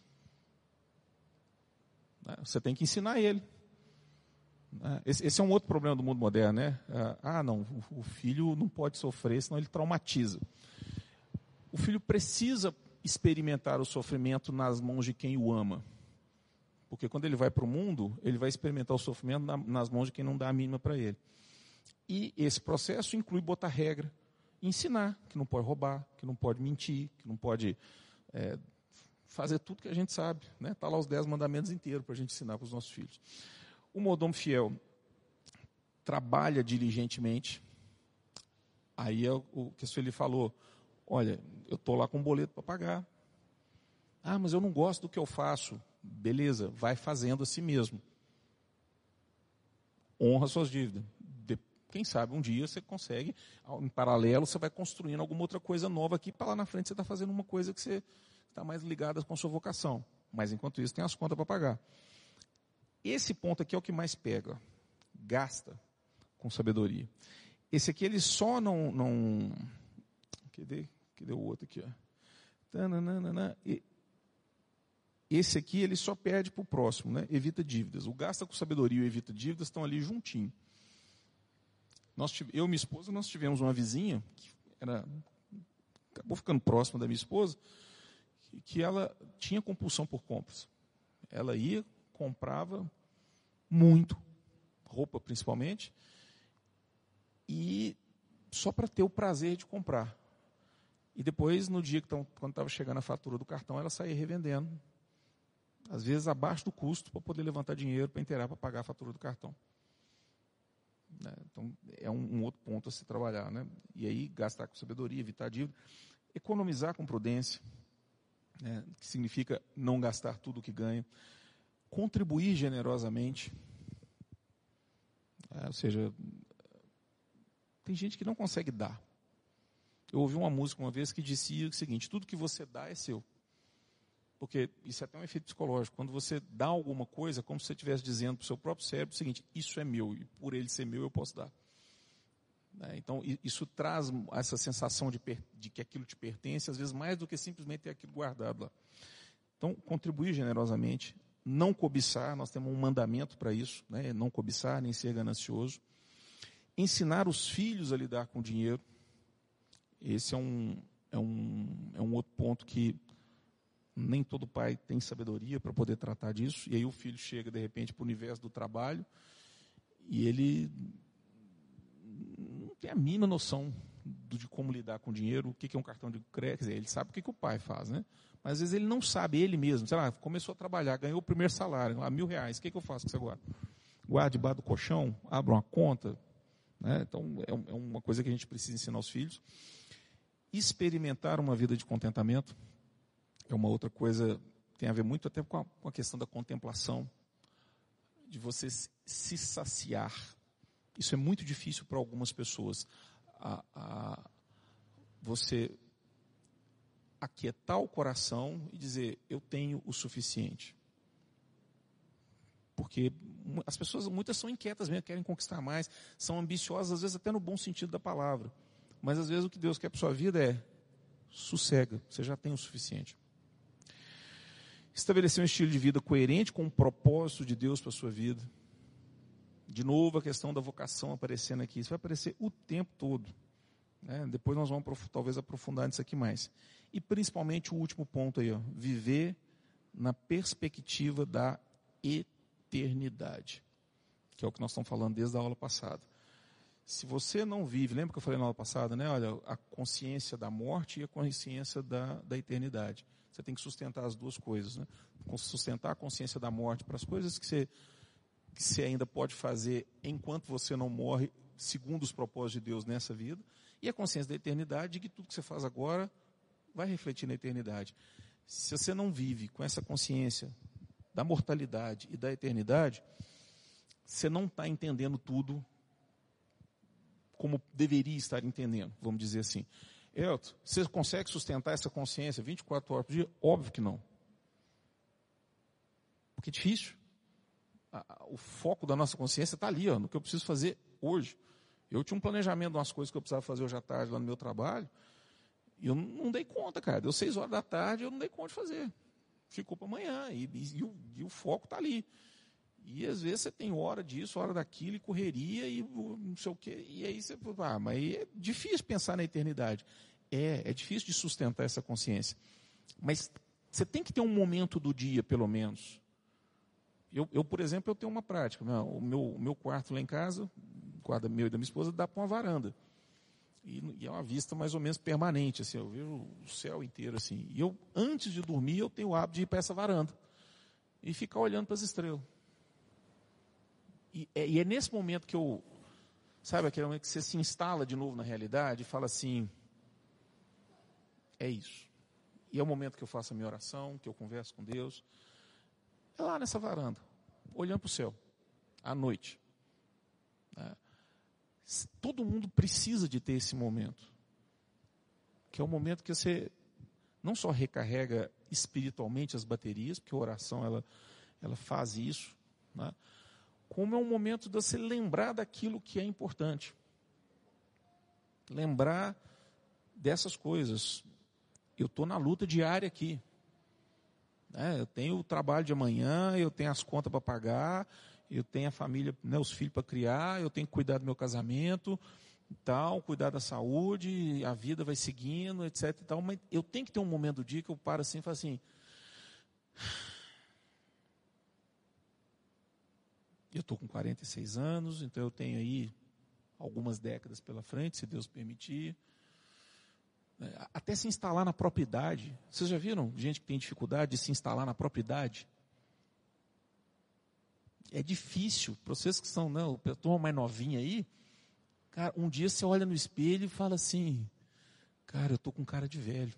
[SPEAKER 1] Você tem que ensinar ele. Esse é um outro problema do mundo moderno, né? Não, o filho não pode sofrer, senão ele traumatiza. O filho precisa experimentar o sofrimento nas mãos de quem o ama. Porque quando ele vai para o mundo, ele vai experimentar o sofrimento nas mãos de quem não dá a mínima para ele. E esse processo inclui botar regra, ensinar que não pode roubar, que não pode mentir, que não pode fazer tudo que a gente sabe. Está lá os 10 mandamentos inteiros para a gente ensinar para os nossos filhos. O mordomo fiel trabalha diligentemente. Aí é o que a Sueli falou. Olha, eu estou lá com um boleto para pagar. Mas eu não gosto do que eu faço. Beleza, vai fazendo a si mesmo. Honra suas dívidas. Quem sabe um dia você consegue, em paralelo, você vai construindo alguma outra coisa nova aqui, para lá na frente você está fazendo uma coisa que você está mais ligada com a sua vocação. Mas enquanto isso tem as contas para pagar. Esse ponto aqui é o que mais pega. Gasta com sabedoria. Esse aqui ele só não... Cadê o outro aqui? Esse aqui ele só perde para o próximo, né? Evita dívidas. O gasta com sabedoria e o evita dívidas estão ali juntinho. Eu e minha esposa, nós tivemos uma vizinha, que acabou ficando próxima da minha esposa, que ela tinha compulsão por compras. Ela ia, comprava muito, roupa principalmente, e só para ter o prazer de comprar. E depois, no dia quando estava chegando a fatura do cartão, ela saía revendendo, às vezes abaixo do custo, para poder levantar dinheiro para inteirar, para pagar a fatura do cartão. Então, é um outro ponto a se trabalhar, né? E aí, gastar com sabedoria, evitar dívida, economizar com prudência, né? Que significa não gastar tudo o que ganha, contribuir generosamente, ou seja, tem gente que não consegue dar. Eu ouvi uma música uma vez que dizia o seguinte: tudo que você dá é seu. Porque isso é até um efeito psicológico. Quando você dá alguma coisa, é como se você estivesse dizendo para o seu próprio cérebro o seguinte: isso é meu, e por ele ser meu, eu posso dar. Então, isso traz essa sensação de que aquilo te pertence, às vezes mais do que simplesmente ter aquilo guardado lá. Então, contribuir generosamente, não cobiçar, nós temos um mandamento para isso, né? Não cobiçar, nem ser ganancioso. Ensinar os filhos a lidar com o dinheiro. Esse é um outro ponto que nem todo pai tem sabedoria para poder tratar disso. E aí o filho chega, de repente, para o universo do trabalho e ele não tem a mínima noção de como lidar com o dinheiro, o que é um cartão de crédito. Quer dizer, ele sabe o que o pai faz, né? Mas às vezes ele não sabe, ele mesmo. Sei lá, começou a trabalhar, ganhou o primeiro salário, lá, R$1.000. O que eu faço com isso agora? Guardo debaixo do colchão, abro uma conta. Né? Então, é uma coisa que a gente precisa ensinar aos filhos. Experimentar uma vida de contentamento é uma outra coisa, tem a ver muito até com a questão da contemplação, de você se saciar. Isso é muito difícil para algumas pessoas. Você aquietar o coração e dizer: eu tenho o suficiente. Porque as pessoas, muitas são inquietas mesmo, querem conquistar mais, são ambiciosas, às vezes até no bom sentido da palavra. Mas às vezes o que Deus quer para a sua vida é: sossega, você já tem o suficiente. Estabelecer um estilo de vida coerente com o propósito de Deus para a sua vida. De novo, a questão da vocação aparecendo aqui. Isso vai aparecer o tempo todo. Né? Depois nós vamos talvez aprofundar nisso aqui mais. E principalmente o último ponto aí, ó, viver na perspectiva da eternidade. Que é o que nós estamos falando desde a aula passada. Se você não vive, lembra que eu falei na aula passada, né? Olha, a consciência da morte e a consciência da eternidade. Você tem que sustentar as duas coisas, né? Sustentar a consciência da morte para as coisas que você ainda pode fazer enquanto você não morre, segundo os propósitos de Deus nessa vida, e a consciência da eternidade, de que tudo que você faz agora vai refletir na eternidade. Se você não vive com essa consciência da mortalidade e da eternidade, você não está entendendo tudo como deveria estar entendendo, vamos dizer assim. Elton, você consegue sustentar essa consciência 24 horas por dia? Óbvio que não. Porque é difícil. O foco da nossa consciência está ali, ó, no que eu preciso fazer hoje. Eu tinha um planejamento de umas coisas que eu precisava fazer hoje à tarde lá no meu trabalho, e eu não dei conta, cara. Deu 6 horas da tarde, eu não dei conta de fazer. Ficou para amanhã, e o foco está ali. E às vezes você tem hora disso, hora daquilo, e correria, e não sei o quê. E aí você, mas aí é difícil pensar na eternidade. É difícil de sustentar essa consciência. Mas você tem que ter um momento do dia, pelo menos. Eu por exemplo, eu tenho uma prática. O meu quarto lá em casa, o quarto meu e da minha esposa, dá para uma varanda. E é uma vista mais ou menos permanente, assim, eu vejo o céu inteiro, assim. E eu, antes de dormir, eu tenho o hábito de ir para essa varanda e ficar olhando para as estrelas. E é nesse momento que sabe, aquele momento que você se instala de novo na realidade e fala assim: é isso. E é o momento que eu faço a minha oração, que eu converso com Deus. É lá nessa varanda, olhando para o céu, à noite. Todo mundo precisa de ter esse momento. Que é o momento que você não só recarrega espiritualmente as baterias, porque a oração ela faz isso, né? Como é um momento de você lembrar daquilo que é importante. Lembrar dessas coisas. Eu estou na luta diária aqui. Eu tenho o trabalho de amanhã, eu tenho as contas para pagar, eu tenho a família, né, os filhos para criar, eu tenho que cuidar do meu casamento, tal, cuidar da saúde, a vida vai seguindo, etc. E tal, mas eu tenho que ter um momento do dia que eu paro assim e falo assim: eu estou com 46 anos, então eu tenho aí algumas décadas pela frente, se Deus permitir. Até se instalar na própria idade. Vocês já viram gente que tem dificuldade de se instalar na própria idade? É difícil. Para vocês que são, não, a turma mais novinha aí, cara, um dia você olha no espelho e fala assim: cara, eu estou com cara de velho.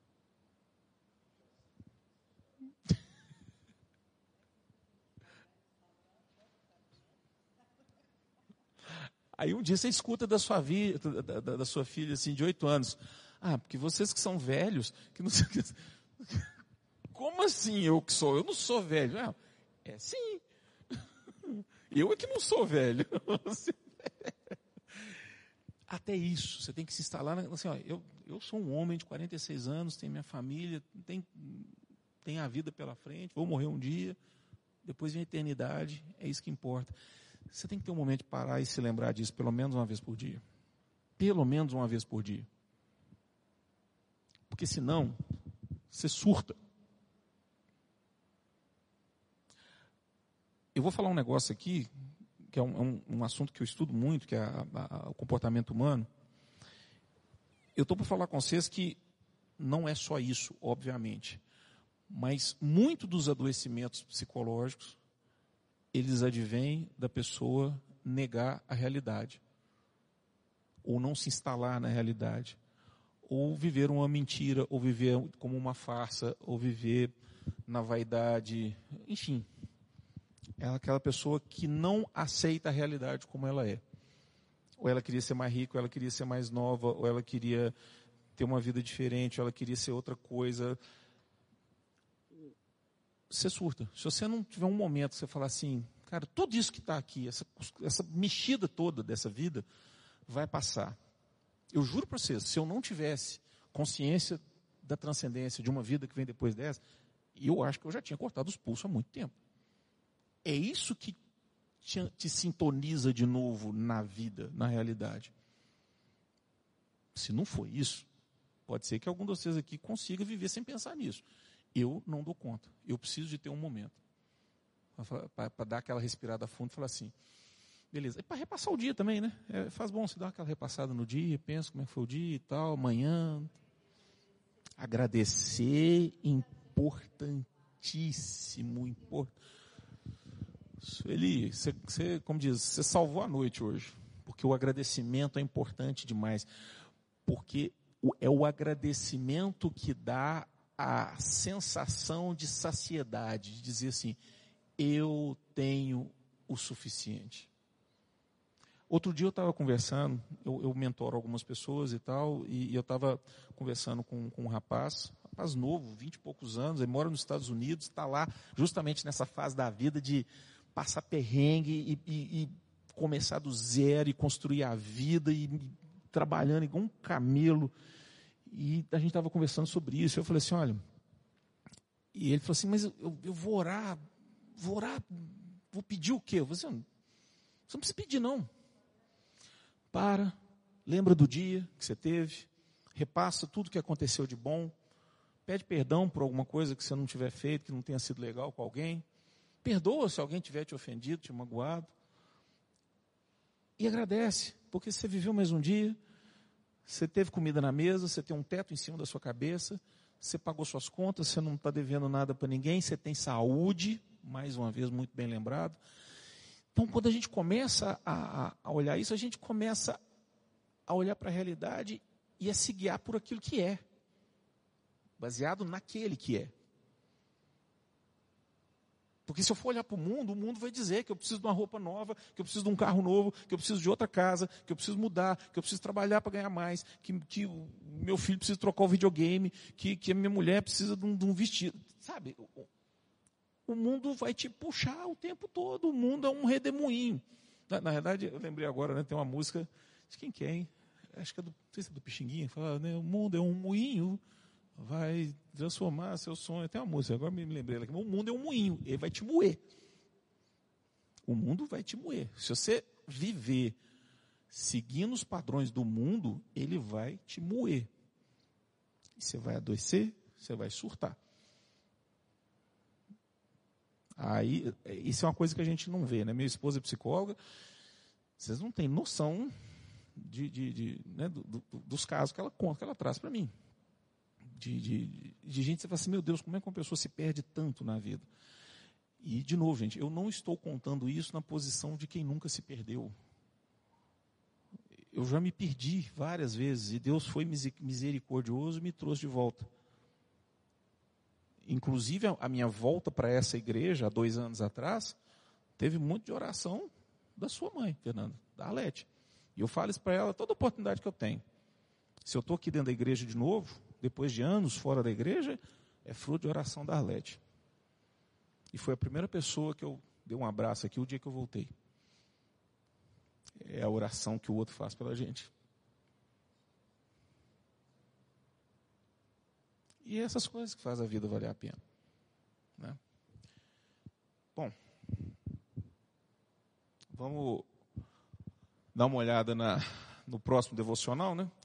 [SPEAKER 1] Aí um dia você escuta da sua filha assim, de 8 anos: ah, porque vocês que são velhos, que não sei o que. Como Como assim eu que sou? Eu não sou velho. É sim. Eu é que não sou velho. Até isso, você tem que se instalar, assim, ó, eu sou um homem de 46 anos, tenho minha família, tem a vida pela frente, vou morrer um dia, depois vem a eternidade, é isso que importa. Você tem que ter um momento de parar e se lembrar disso pelo menos uma vez por dia. Pelo menos uma vez por dia. Porque senão, você surta. Eu vou falar um negócio aqui, que é um assunto que eu estudo muito, que é o comportamento humano. Eu estou para falar com vocês que não é só isso, obviamente. Mas muito dos adoecimentos psicológicos, eles advêm da pessoa negar a realidade. Ou não se instalar na realidade. Ou viver uma mentira, ou viver como uma farsa, ou viver na vaidade, enfim. É aquela pessoa que não aceita a realidade como ela é. Ou ela queria ser mais rica, ou ela queria ser mais nova, ou ela queria ter uma vida diferente, ou ela queria ser outra coisa. Você surta. Se você não tiver um momento que você falar assim, cara, tudo isso que está aqui, essa mexida toda dessa vida, vai passar. Eu juro para vocês, se eu não tivesse consciência da transcendência de uma vida que vem depois dessa, eu acho que eu já tinha cortado os pulsos há muito tempo. É isso que te sintoniza de novo na vida, na realidade. Se não for isso, pode ser que algum de vocês aqui consiga viver sem pensar nisso. Eu não dou conta. Eu preciso de ter um momento. Para dar aquela respirada fundo e falar assim, beleza. E para repassar o dia também, né? Faz bom você dar aquela repassada no dia, pensa como é que foi o dia e tal, amanhã. Agradecer, importantíssimo, Sueli, você, como diz, você salvou a noite hoje, porque o agradecimento é importante demais, porque é o agradecimento que dá a sensação de saciedade, de dizer assim, eu tenho o suficiente. Outro dia eu estava conversando, eu mentoro algumas pessoas e tal, e eu estava conversando com um rapaz novo, 20 e poucos anos, ele mora nos Estados Unidos, está lá justamente nessa fase da vida de passar perrengue e começar do zero e construir a vida e trabalhando igual um camelo. E a gente estava conversando sobre isso. Eu falei assim, olha, e ele falou assim, mas eu vou orar, vou pedir o quê? Eu falei assim, você não precisa pedir não. Lembra do dia que você teve, repassa tudo que aconteceu de bom, pede perdão por alguma coisa que você não tiver feito, que não tenha sido legal com alguém. Perdoa se alguém tiver te ofendido, te magoado. E agradece, porque você viveu mais um dia, você teve comida na mesa, você tem um teto em cima da sua cabeça, você pagou suas contas, você não está devendo nada para ninguém, você tem saúde, mais uma vez, muito bem lembrado. Então, quando a gente começa a olhar isso, a gente começa a olhar para a realidade e a se guiar por aquilo que é, baseado naquele que é. Porque se eu for olhar para o mundo vai dizer que eu preciso de uma roupa nova, que eu preciso de um carro novo, que eu preciso de outra casa, que eu preciso mudar, que eu preciso trabalhar para ganhar mais, que o meu filho precisa trocar o videogame, que a minha mulher precisa de um vestido. Sabe, o mundo vai te puxar o tempo todo, o mundo é um redemoinho. Na verdade, eu lembrei agora, né, tem uma música, de quem que é, hein? Acho que é não sei se é do Pixinguinha, fala, né, o mundo é um moinho, vai transformar seu sonho. Tem uma música, agora me lembrei. O mundo é um moinho, ele vai te moer. O mundo vai te moer. Se você viver seguindo os padrões do mundo, ele vai te moer. E você vai adoecer, você vai surtar. Aí, isso é uma coisa que a gente não vê, né? Minha esposa é psicóloga, vocês não têm noção né, dos casos que ela conta, que ela traz para mim. De gente, você fala assim, meu Deus, como é que uma pessoa se perde tanto na vida? E, de novo, gente, eu não estou contando isso na posição de quem nunca se perdeu. Eu já me perdi várias vezes, e Deus foi misericordioso e me trouxe de volta. Inclusive, a minha volta para essa igreja, há 2 anos atrás, teve muito de oração da sua mãe, Fernanda, da Alete. E eu falo isso para ela toda oportunidade que eu tenho. Se eu estou aqui dentro da igreja de novo, depois de anos fora da igreja, é fruto de oração da Arlete. E foi a primeira pessoa que eu dei um abraço aqui o dia que eu voltei. É a oração que o outro faz pela gente. E essas coisas que fazem a vida valer a pena. Né? Bom, vamos dar uma olhada no próximo devocional, né?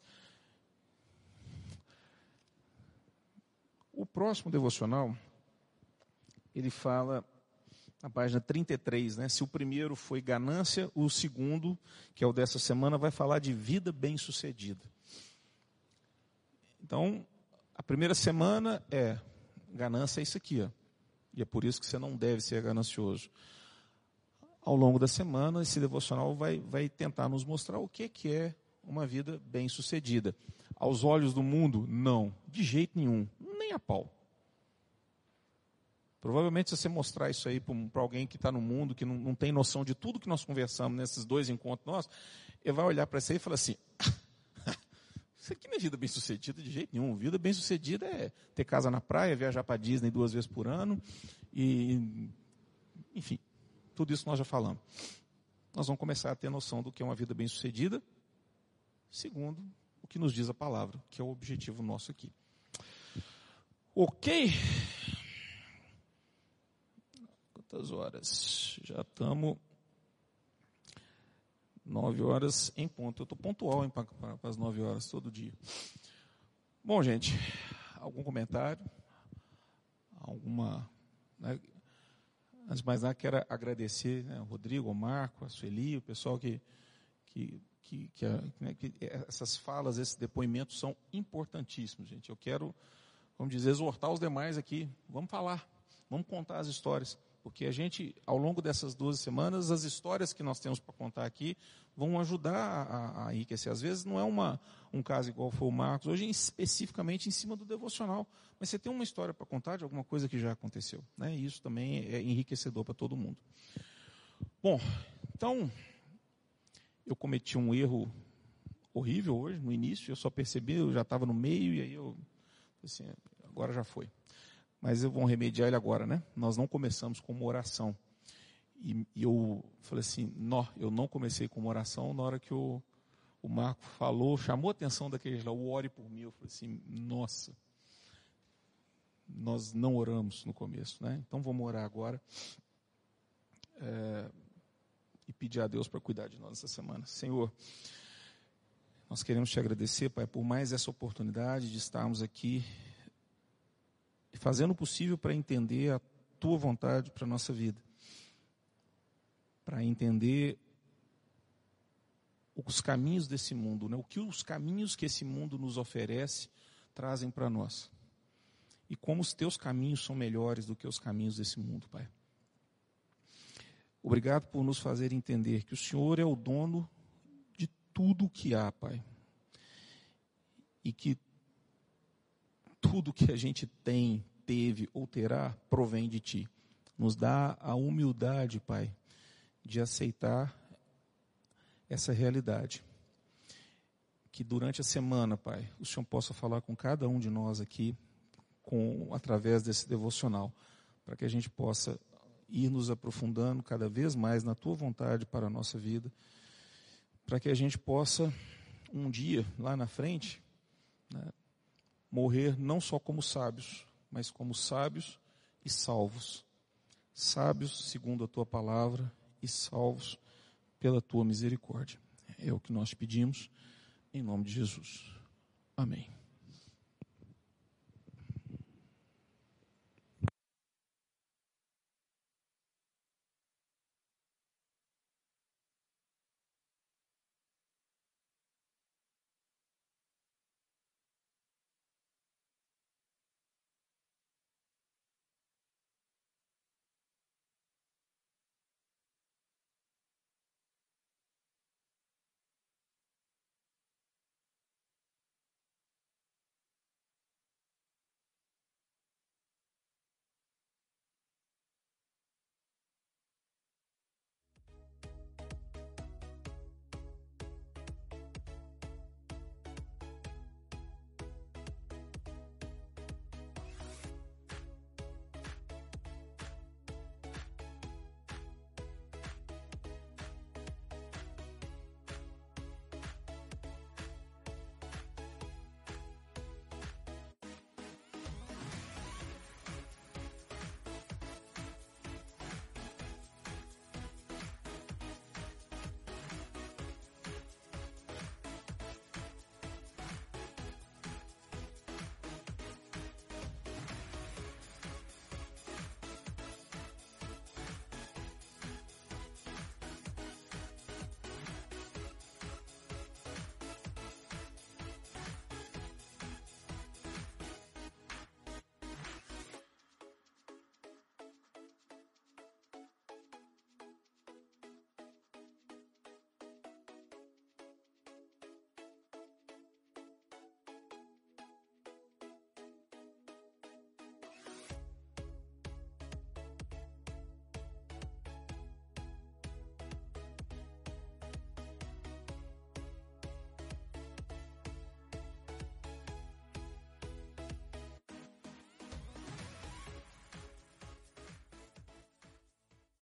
[SPEAKER 1] O próximo devocional, ele fala, na página 33, né? Se o primeiro foi ganância, o segundo, que é o dessa semana, vai falar de vida bem-sucedida. Então, a primeira semana ganância é isso aqui, ó. E é por isso que você não deve ser ganancioso. Ao longo da semana, esse devocional vai tentar nos mostrar o que é uma vida bem-sucedida. Aos olhos do mundo, não, de jeito nenhum, nem a pau. Provavelmente, se você mostrar isso aí para alguém que está no mundo, que não tem noção de tudo que nós conversamos nesses 2 encontros nossos, ele vai olhar para isso aí e falar assim, isso aqui não é vida bem-sucedida de jeito nenhum. Vida bem-sucedida é ter casa na praia, viajar para a Disney 2 vezes por ano, e, enfim, tudo isso nós já falamos. Nós vamos começar a ter noção do que é uma vida bem-sucedida, segundo o que nos diz a palavra, que é o objetivo nosso aqui. Ok? Quantas horas? Já estamos 9 horas em ponto. Eu estou pontual para as 9 horas todo dia. Bom, gente, algum comentário? Alguma... Né? Antes de mais nada, quero agradecer, né, o Rodrigo, o Marco, a Sueli, o pessoal que essas falas, esses depoimentos são importantíssimos, gente. Eu quero, vamos dizer, exortar os demais aqui. Vamos falar, vamos contar as histórias. Porque a gente, ao longo dessas 12 semanas, as histórias que nós temos para contar aqui vão ajudar a enriquecer. Às vezes não é um caso igual foi o Marcos, hoje especificamente em cima do devocional. Mas você tem uma história para contar de alguma coisa que já aconteceu. Né? E isso também é enriquecedor para todo mundo. Bom, então, eu cometi um erro horrível hoje, no início. Eu só percebi, eu já estava no meio, e aí eu, assim, agora já foi. Mas eu vou remediar ele agora, né? Nós não começamos com uma oração. E eu falei assim, eu não comecei com uma oração. Na hora que o Marco falou, chamou a atenção daqueles lá, o ore por mim. Eu falei assim, nossa, nós não oramos no começo, né? Então vamos orar agora. E pedir a Deus para cuidar de nós essa semana. Senhor, nós queremos te agradecer, Pai, por mais essa oportunidade de estarmos aqui fazendo o possível para entender a tua vontade para a nossa vida. Para entender os caminhos desse mundo, né? O que os caminhos que esse mundo nos oferece trazem para nós. E como os teus caminhos são melhores do que os caminhos desse mundo, Pai. Obrigado por nos fazer entender que o Senhor é o dono de tudo o que há, Pai. E que tudo que a gente tem, teve ou terá, provém de Ti. Nos dá a humildade, Pai, de aceitar essa realidade. Que durante a semana, Pai, o Senhor possa falar com cada um de nós aqui, através desse devocional, para que a gente possa ir nos aprofundando cada vez mais na Tua vontade para a nossa vida, para que a gente possa, um dia, lá na frente, né, morrer não só como sábios, mas como sábios e salvos. Sábios segundo a Tua palavra e salvos pela Tua misericórdia. É o que nós pedimos, em nome de Jesus. Amém.